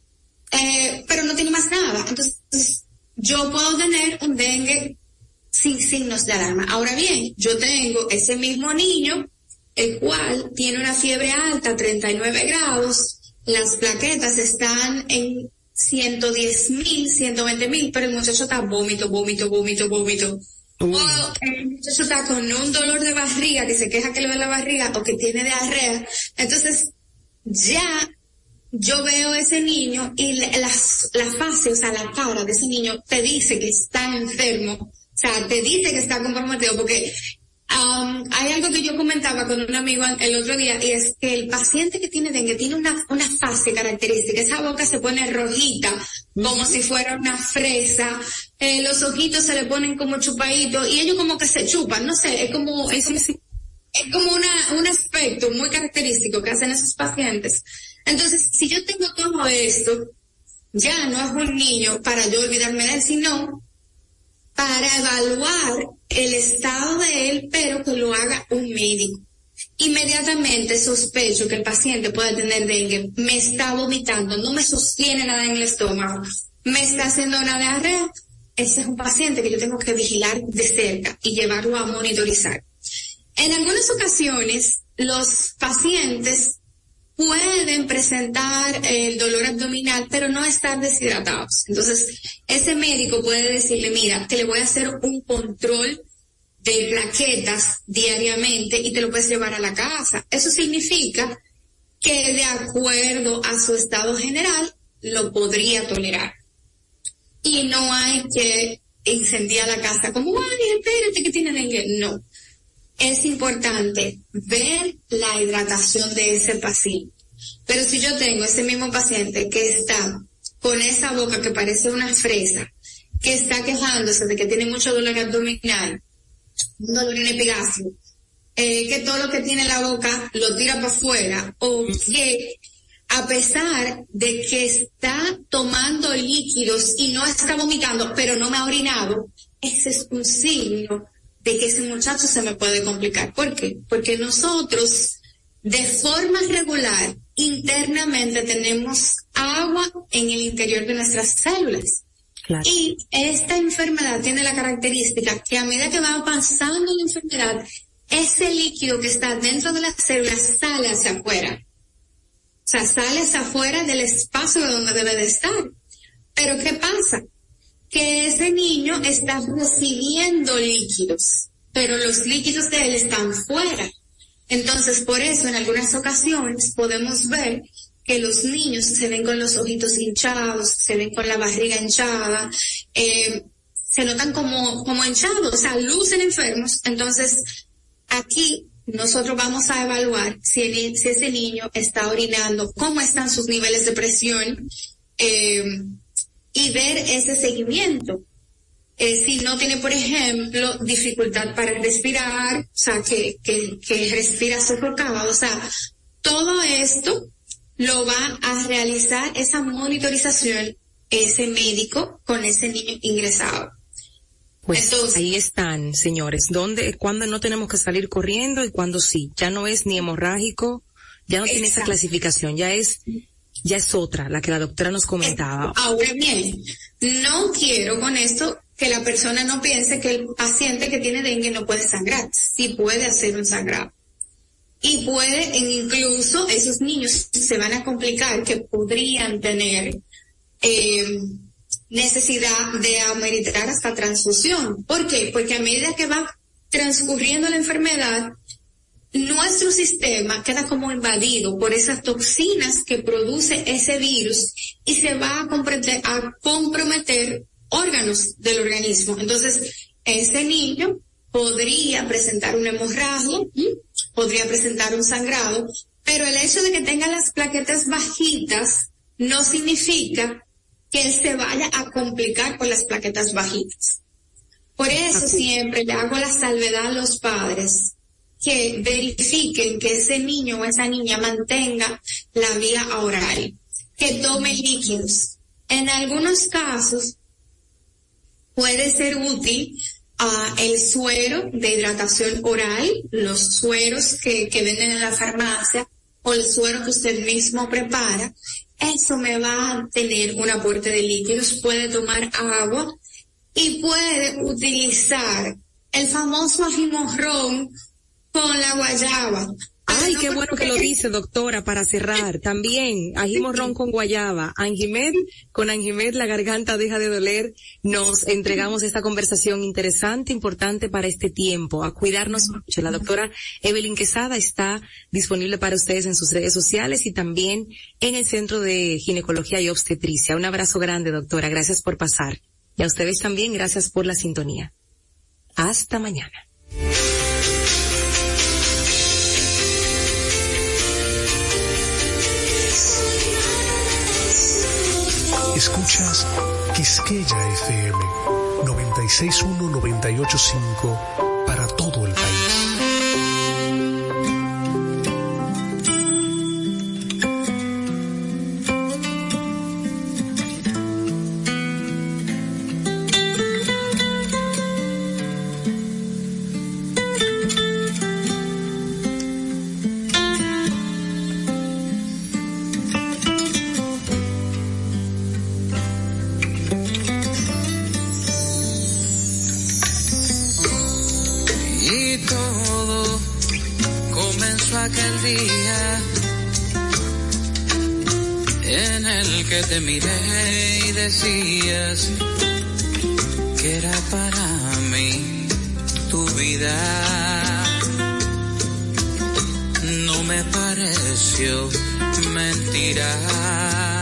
eh, pero no tiene más nada. Entonces, yo puedo tener un dengue sin signos de alarma. Ahora bien, yo tengo ese mismo niño, el cual tiene una fiebre alta, treinta y nueve grados, las plaquetas están en ciento diez mil, ciento veinte mil, pero el muchacho está vómito, vómito, vómito, vómito. Uh. O el muchacho está con un dolor de barriga, que se queja que le duele la barriga, o que tiene diarrea. Entonces, ya yo veo ese niño y la, la, la fase, o sea, la cara de ese niño te dice que está enfermo. O sea, te dice que está comprometido, porque um, hay algo que yo comentaba con un amigo el otro día, y es que el paciente que tiene dengue tiene una, una fase característica. Esa boca se pone rojita, como si fuera una fresa, eh, los ojitos se le ponen como chupaditos, y ellos como que se chupan, no sé, es como, es, es como una, un aspecto muy característico que hacen esos pacientes. Entonces, si yo tengo todo esto, ya no es un niño para yo olvidarme de él, sino para evaluar el estado de él, pero que lo haga un médico. Inmediatamente sospecho que el paciente puede tener dengue, me está vomitando, no me sostiene nada en el estómago, me está haciendo una diarrea. Ese es un paciente que yo tengo que vigilar de cerca y llevarlo a monitorizar. En algunas ocasiones, los pacientes pueden presentar el dolor abdominal, pero no estar deshidratados. Entonces, ese médico puede decirle, mira, te le voy a hacer un control de plaquetas diariamente y te lo puedes llevar a la casa. Eso significa que de acuerdo a su estado general, lo podría tolerar. Y no hay que incendiar la casa como, ay, espérate que tiene dengue. No. Es importante ver la hidratación de ese paciente. Pero si yo tengo ese mismo paciente que está con esa boca que parece una fresa, que está quejándose de que tiene mucho dolor abdominal, un dolor en epigastrio, eh, que todo lo que tiene en la boca lo tira para afuera, o que a pesar de que está tomando líquidos y no está vomitando, pero no me ha orinado, ese es un signo de que ese muchacho se me puede complicar. ¿Por qué? Porque nosotros, de forma regular, internamente tenemos agua en el interior de nuestras células. Claro. Y esta enfermedad tiene la característica que a medida que va pasando la enfermedad, ese líquido que está dentro de las células sale hacia afuera. O sea, sale hacia afuera del espacio de donde debe de estar. Pero ¿qué pasa? Que ese niño está recibiendo líquidos, pero los líquidos de él están fuera. Entonces, por eso en algunas ocasiones podemos ver que los niños se ven con los ojitos hinchados, se ven con la barriga hinchada, eh, se notan como, como hinchados, o sea, lucen enfermos. Entonces, aquí nosotros vamos a evaluar si, el, si ese niño está orinando, cómo están sus niveles de presión, eh, y ver ese seguimiento. Eh, si no tiene, por ejemplo, dificultad para respirar, o sea, que, que, que respira sofocado, o sea, todo esto lo va a realizar esa monitorización ese médico con ese niño ingresado. Pues entonces, ahí están, señores, ¿dónde, cuándo no tenemos que salir corriendo y cuándo sí? Ya no es ni hemorrágico, ya no exacto. tiene esa clasificación, ya es, ya es otra, la que la doctora nos comentaba. Ahora bien, no quiero con esto que la persona no piense que el paciente que tiene dengue no puede sangrar, sí puede hacer un sangrado. Y puede, incluso esos niños se van a complicar, que podrían tener eh, necesidad de ameritar hasta transfusión. ¿Por qué? Porque a medida que va transcurriendo la enfermedad, nuestro sistema queda como invadido por esas toxinas que produce ese virus y se va a comprometer, a comprometer órganos del organismo. Entonces, ese niño podría presentar una hemorragia, podría presentar un sangrado, pero el hecho de que tenga las plaquetas bajitas no significa que él se vaya a complicar con las plaquetas bajitas. Por eso Así. siempre le hago la salvedad a los padres que verifiquen que ese niño o esa niña mantenga la vía oral, que tome líquidos. En algunos casos puede ser útil Uh, el suero de hidratación oral, los sueros que, que venden en la farmacia o el suero que usted mismo prepara. Eso me va a tener un aporte de líquidos, puede tomar agua y puede utilizar el famoso ají morrón con la guayaba. Ay, qué bueno que lo dice, doctora, para cerrar. También, ají morrón con guayaba. Anjimed, con Anjimed la garganta deja de doler. Nos entregamos esta conversación interesante, importante para este tiempo. A cuidarnos mucho. La doctora Evelyn Quesada está disponible para ustedes en sus redes sociales y también en el Centro de Ginecología y Obstetricia. Un abrazo grande, doctora. Gracias por pasar. Y a ustedes también, gracias por la sintonía. Hasta mañana. Escuchas Quisqueya F M noventa y seis punto uno, noventa y ocho punto cinco para todo el país. Aquel día en el que te miré y decías que era para mí tu vida, no me pareció mentira,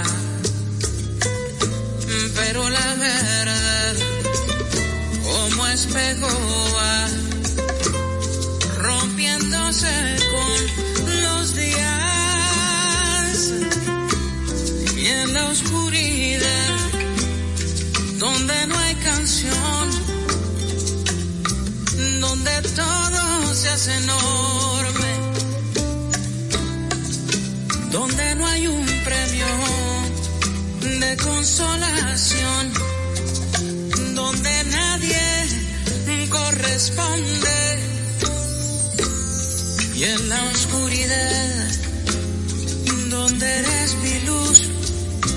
pero la verdad como espejo va rompiéndose con los días, y en la oscuridad donde no hay canción, donde todo se hace enorme, donde no hay un premio de consolación, donde nadie corresponde. Y en la oscuridad, donde eres mi luz,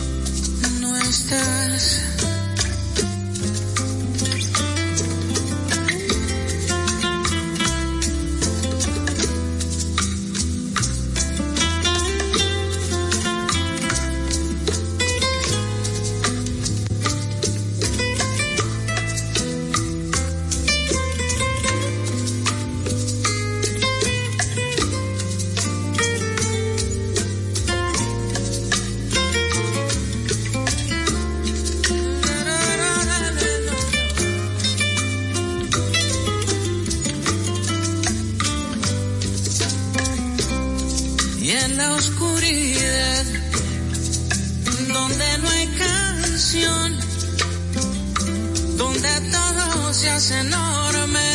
se hace enorme,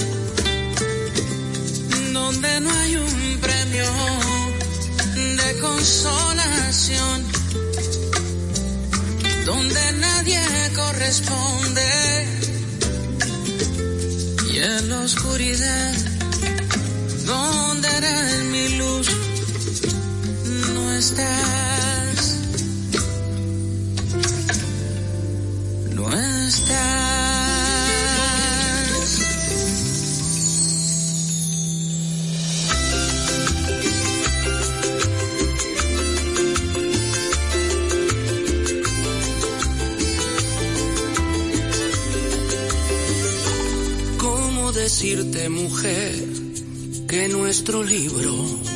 donde no hay un premio de consolación, donde nadie corresponde, y en la oscuridad, donde era mi luz, no estás, no estás. ¿Cómo decirte, mujer, que nuestro libro,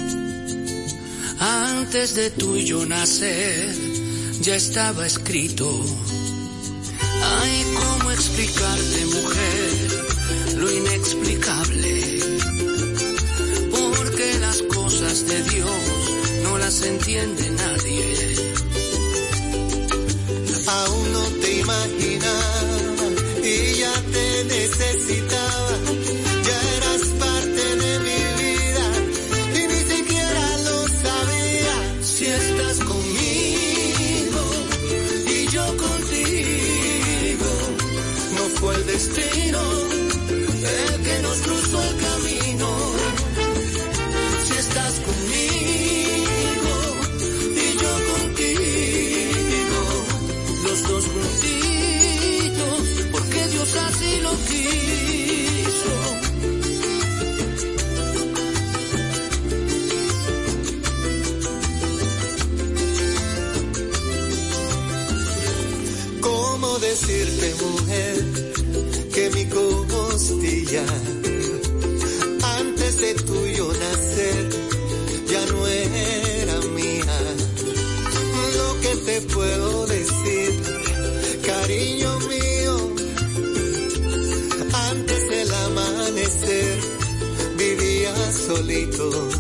antes de tú y yo nacer, ya estaba escrito? Ay, ¿cómo explicarte, mujer, lo inexplicable? Porque las cosas de Dios no las entiende nadie. Aún no te imaginaba y ya te necesitaba. Ya eras parte de mi vida y ni siquiera lo sabía. Si estás conmigo y yo contigo, no fue el destino el que nos cruzó el camino. Si estás conmigo y yo contigo, los dos juntitos, porque Dios así lo quiso. ¿Cómo decirte, mujer, que mi costilla, antes de tuyo nacer, ya no era mía? Lo que te puedo decir, cariño mío, antes del amanecer vivía solito.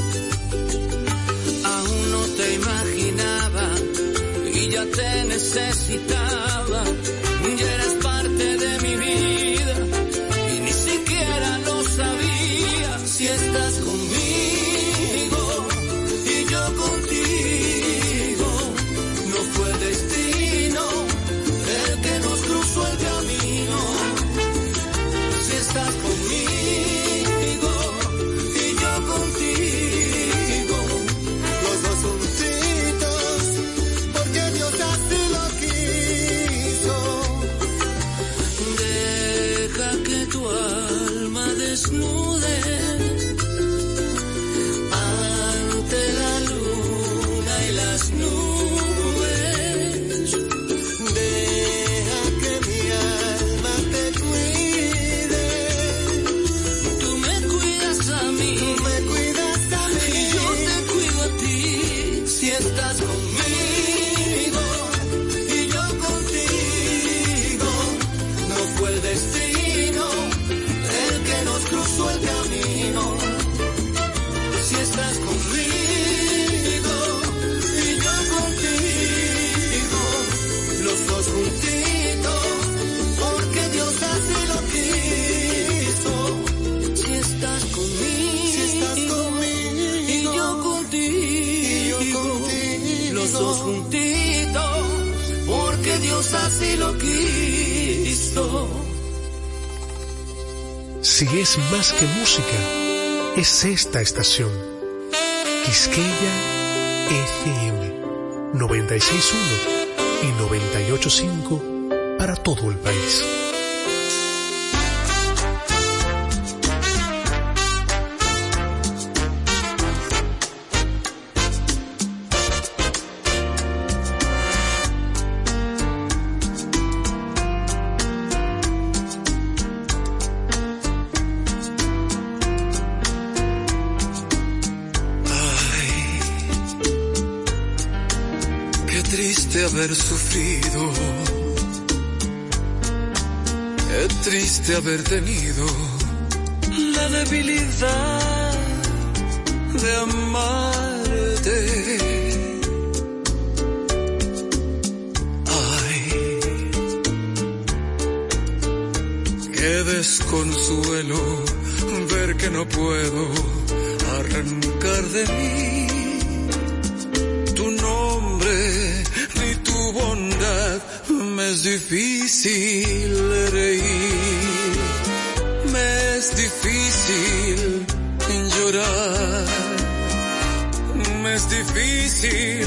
Aún no te imaginaba y ya te necesitaba. Ya eras parte de mi vida y ni siquiera lo sabía. Si estás conmigo y yo contigo, no fue el destino el que nos cruzó el camino. Si estás conmigo y yo contigo, los dos juntitos, porque Dios así lo quiso. Deja que tu alma desnude ante la luna y las nubes. Deja que mi alma te cuide. Tú me cuidas a mí, Tú me cuidas a mí, y yo te cuido a ti. Si estás conmigo y yo contigo, no fue el destino el que nos cruzó el camino. Si estás conmigo y yo contigo, los dos juntitos, porque Dios así lo quiso. Si estás conmigo, si estás conmigo y yo contigo, y yo contigo, los dos juntitos, porque Dios así lo quiso. Si es más que música, es esta estación. Quisqueya F M noventa y seis punto uno y noventa y ocho punto cinco para todo el país. Triste haber sufrido, qué triste haber tenido la debilidad de amarte. Ay, Qué desconsuelo ver que no puedo arrancar de mí tu nombre ni tu bondad. Me es difícil reír, me es difícil llorar, me es difícil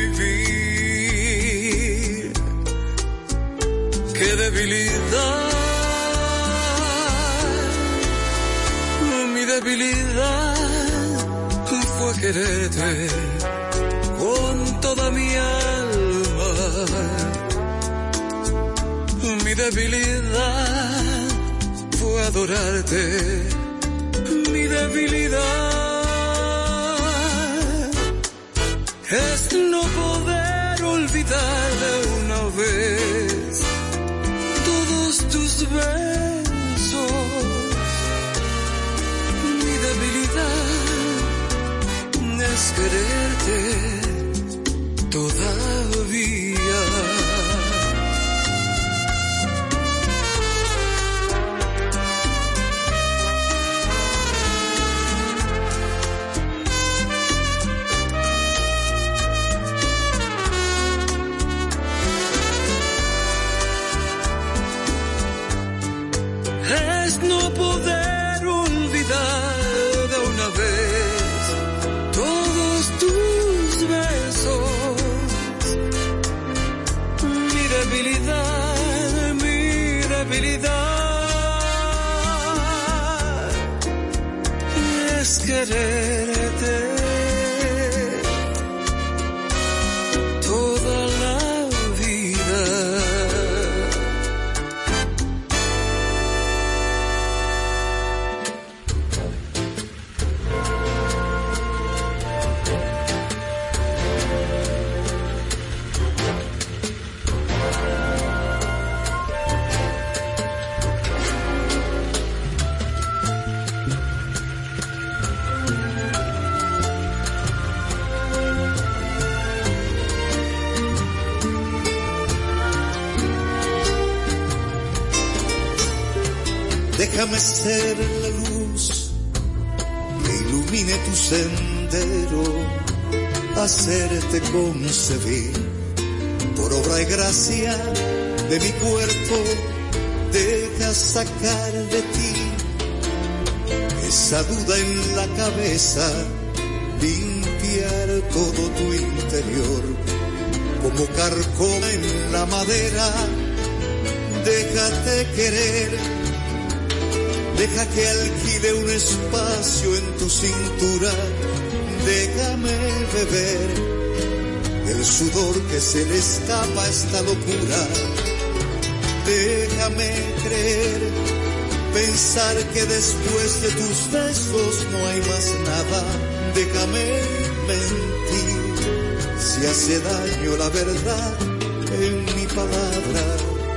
vivir. Qué debilidad, mi debilidad fue quererte con toda mi alma. Mi debilidad fue adorarte. Mi debilidad es no poder olvidar de una vez todos tus besos. Mi debilidad es quererte todavía. No poder olvidar de una vez todos tus besos. Mi debilidad, mi debilidad es quererte toda la vida. Déjame ser la luz que ilumine tu sendero, hacerte concebir por obra y gracia de mi cuerpo. Deja sacar de ti esa duda en la cabeza, limpiar todo tu interior como carcoma en la madera. Déjate querer. Deja que alquile un espacio en tu cintura. Déjame beber el sudor que se le escapa a esta locura. Déjame creer, pensar que después de tus besos no hay más nada. Déjame mentir, si hace daño la verdad en mi palabra.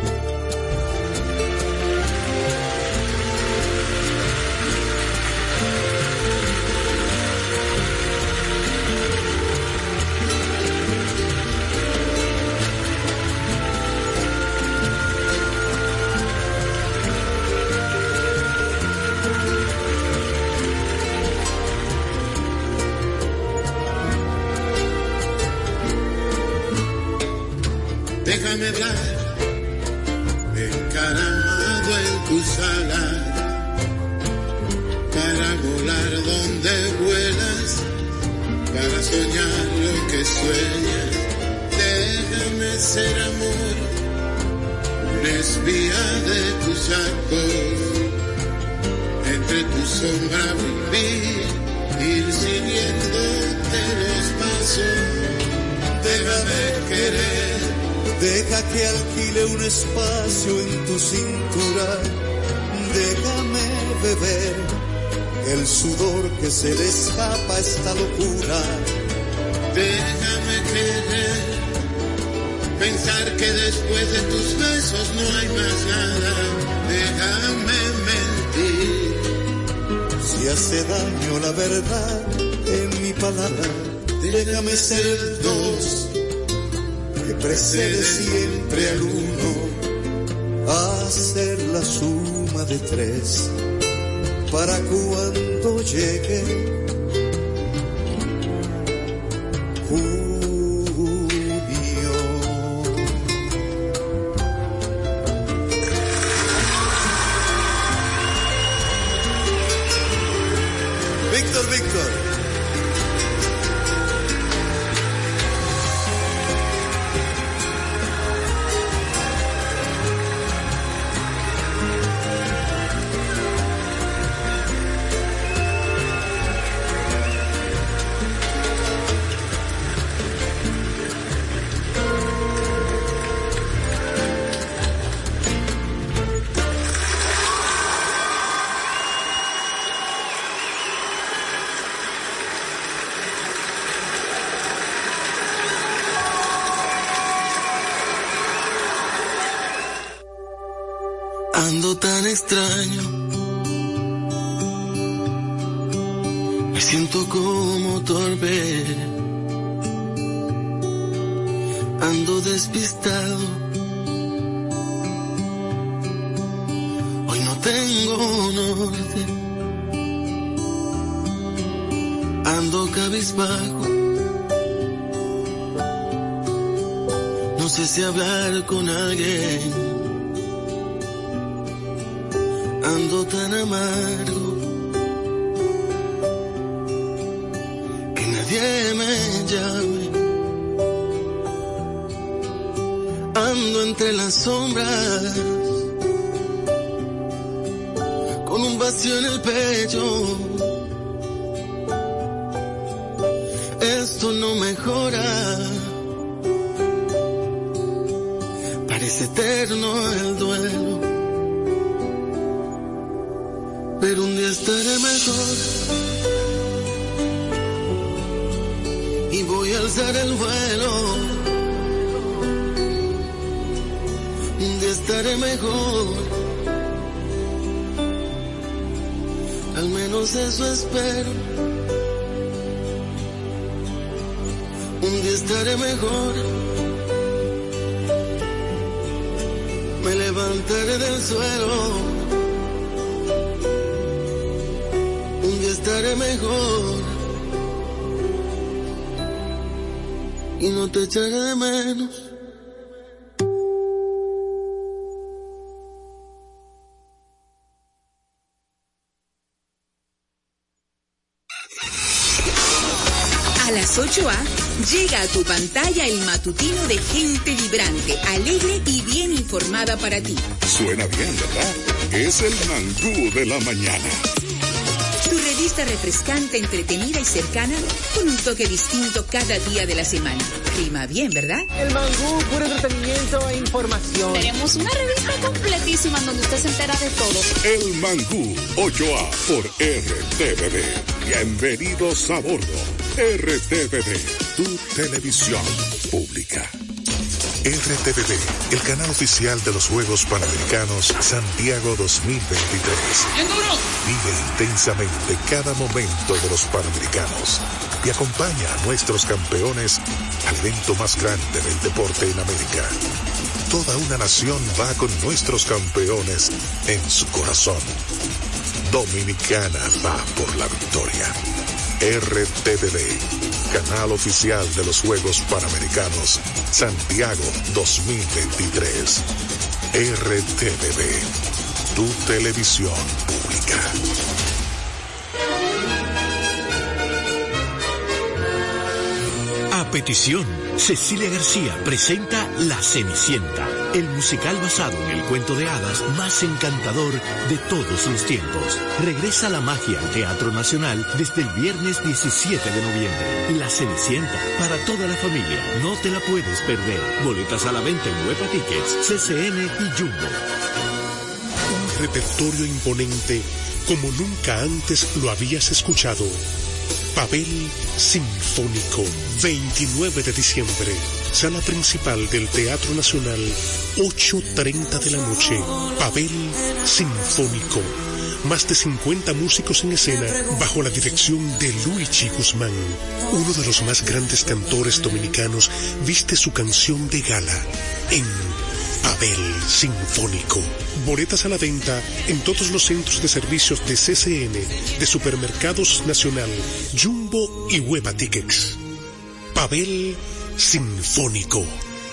Déjame hablar, encaramado en tus alas, para volar donde vuelas, para soñar lo que sueñas. Déjame ser amor, un espía de tus actos, entre tu sombra vivir, ir siguiéndote los pasos. Déjame querer. Deja que alquile un espacio en tu cintura. Déjame beber el sudor que se le escapa a esta locura. Déjame querer, pensar que después de tus besos no hay más nada. Déjame mentir, si hace daño la verdad en mi palabra. Déjame ser el dos que precede siempre al uno, hacer la suma de tres para cuando llegue Víctor, Víctor. Ando tan extraño, me siento como torpe, ando despistado, hoy no tengo norte, ando cabizbajo, no sé si hablar con alguien. Ando tan amargo que nadie me llame. Ando entre las sombras con un vacío en el pecho. Esto no mejora, parece eterno el duelo. Pero un día estaré mejor y voy a alzar el vuelo. Un día estaré mejor, al menos eso espero. Un día estaré mejor, me levantaré del suelo. Estaré mejor y no te echaré de menos. A las ocho a llega a tu pantalla el matutino de gente vibrante, alegre y bien informada para ti. Suena bien, ¿verdad? Es el mangú de la mañana. Tu revista refrescante, entretenida y cercana, con un toque distinto cada día de la semana. Rima bien, ¿verdad? El mangú, puro entretenimiento e información. Tenemos una revista completísima donde usted se entera de todo. El mangú, ocho a por R T V D. Bienvenidos a bordo. R T V D, tu televisión pública. R T V D, el canal oficial de los Juegos Panamericanos Santiago dos mil veintitrés. Vive intensamente cada momento de los Panamericanos y acompaña a nuestros campeones al evento más grande del deporte en América. Toda una nación va con nuestros campeones en su corazón. Dominicana va por la victoria. R T V D, canal oficial de los Juegos Panamericanos Santiago dos mil veintitrés. R T V D, tu televisión pública. A petición, Cecilia García presenta La Cenicienta, el musical basado en el cuento de hadas más encantador de todos los tiempos. Regresa la magia al Teatro Nacional desde el viernes diecisiete de noviembre. La Cenicienta, para toda la familia, no te la puedes perder. Boletas a la venta en Huepa Tickets, C C N y Jumbo. Un repertorio imponente como nunca antes lo habías escuchado. Pavel Sinfónico, veintinueve de diciembre, sala principal del Teatro Nacional, ocho treinta de la noche. Pavel Sinfónico, más de cincuenta músicos en escena, bajo la dirección de Luigi Guzmán. Uno de los más grandes cantores dominicanos viste su canción de gala en Abel Sinfónico. Boletas a la venta en todos los centros de servicios de C C N, de Supermercados Nacional, Jumbo y Hueva Tickets. Abel Sinfónico.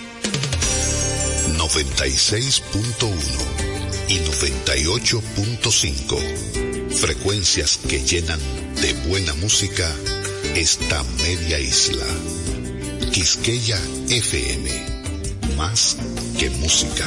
noventa y seis punto uno y noventa y ocho punto cinco. Frecuencias que llenan de buena música esta media isla. Quisqueya F M. Más que música.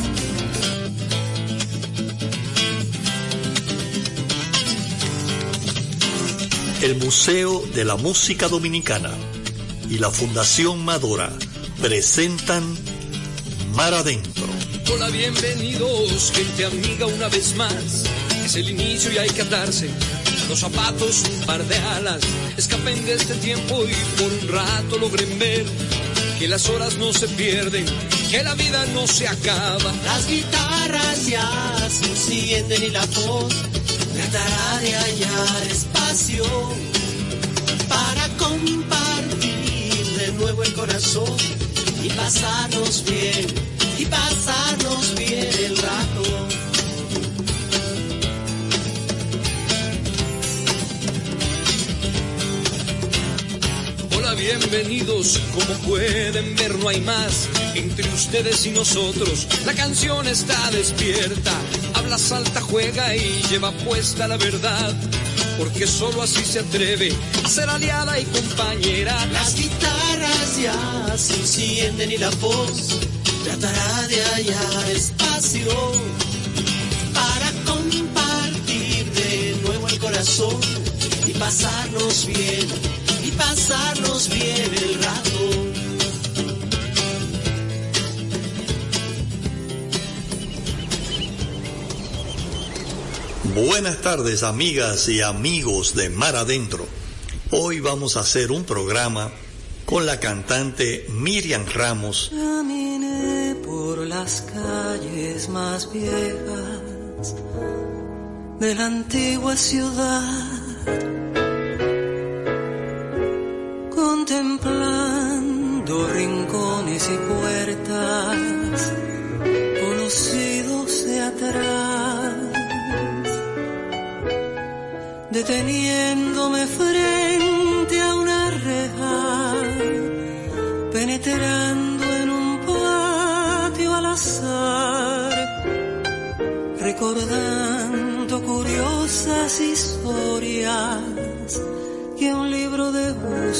El Museo de la Música Dominicana y la Fundación Madora presentan Mar Adentro. Hola, bienvenidos, gente amiga, una vez más. Es el inicio y hay que atarse los zapatos, un par de alas. Escapen de este tiempo y por un rato logren ver que las horas no se pierden, que la vida no se acaba. Las guitarras ya se encienden y la voz tratará de hallar espacio para compartir de nuevo el corazón y pasarnos bien, y pasarnos bien el rato. Hola, bienvenidos, como pueden ver no hay más entre ustedes y nosotros. La canción está despierta, habla, salta, juega y lleva puesta la verdad, porque solo así se atreve a ser aliada y compañera. Las guitarras ya se encienden y la voz tratará de hallar espacio para compartir de nuevo el corazón y pasarnos bien, y pasarnos bien el rato. Buenas tardes, amigas y amigos de Mar Adentro. Hoy vamos a hacer un programa con la cantante Miriam Ramos. Caminé por las calles más viejas de la antigua ciudad, contemplando rincones y puertas conocidos de atrás, deteniéndome frente a una reja, penetrando en un patio al azar, recordando curiosas historias que un libro de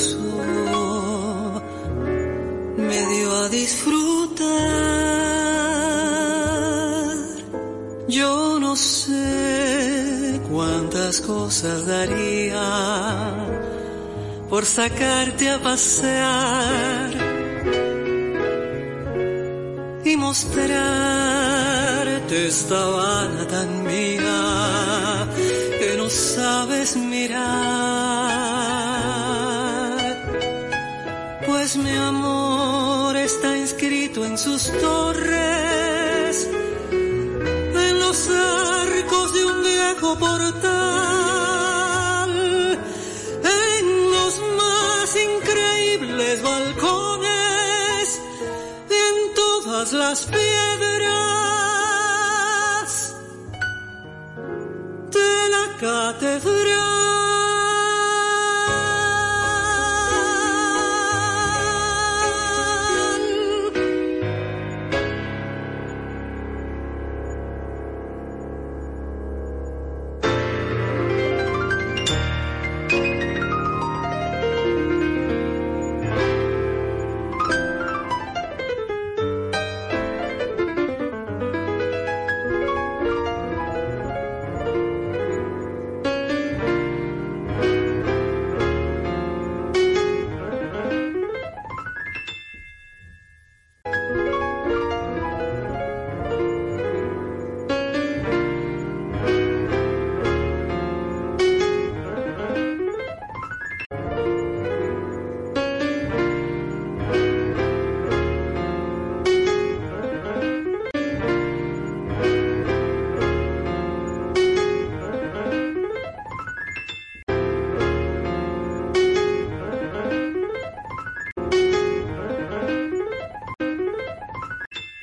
uso me dio a disfrutar. Yo no sé cuántas cosas daría por sacarte a pasear y mostrarte esta bala tan mía que no sabes mirar. Pues mi amor está inscrito en sus torres, en los arcos de un viejo portal, en los más increíbles balcones y en todas las piedras de la catedral.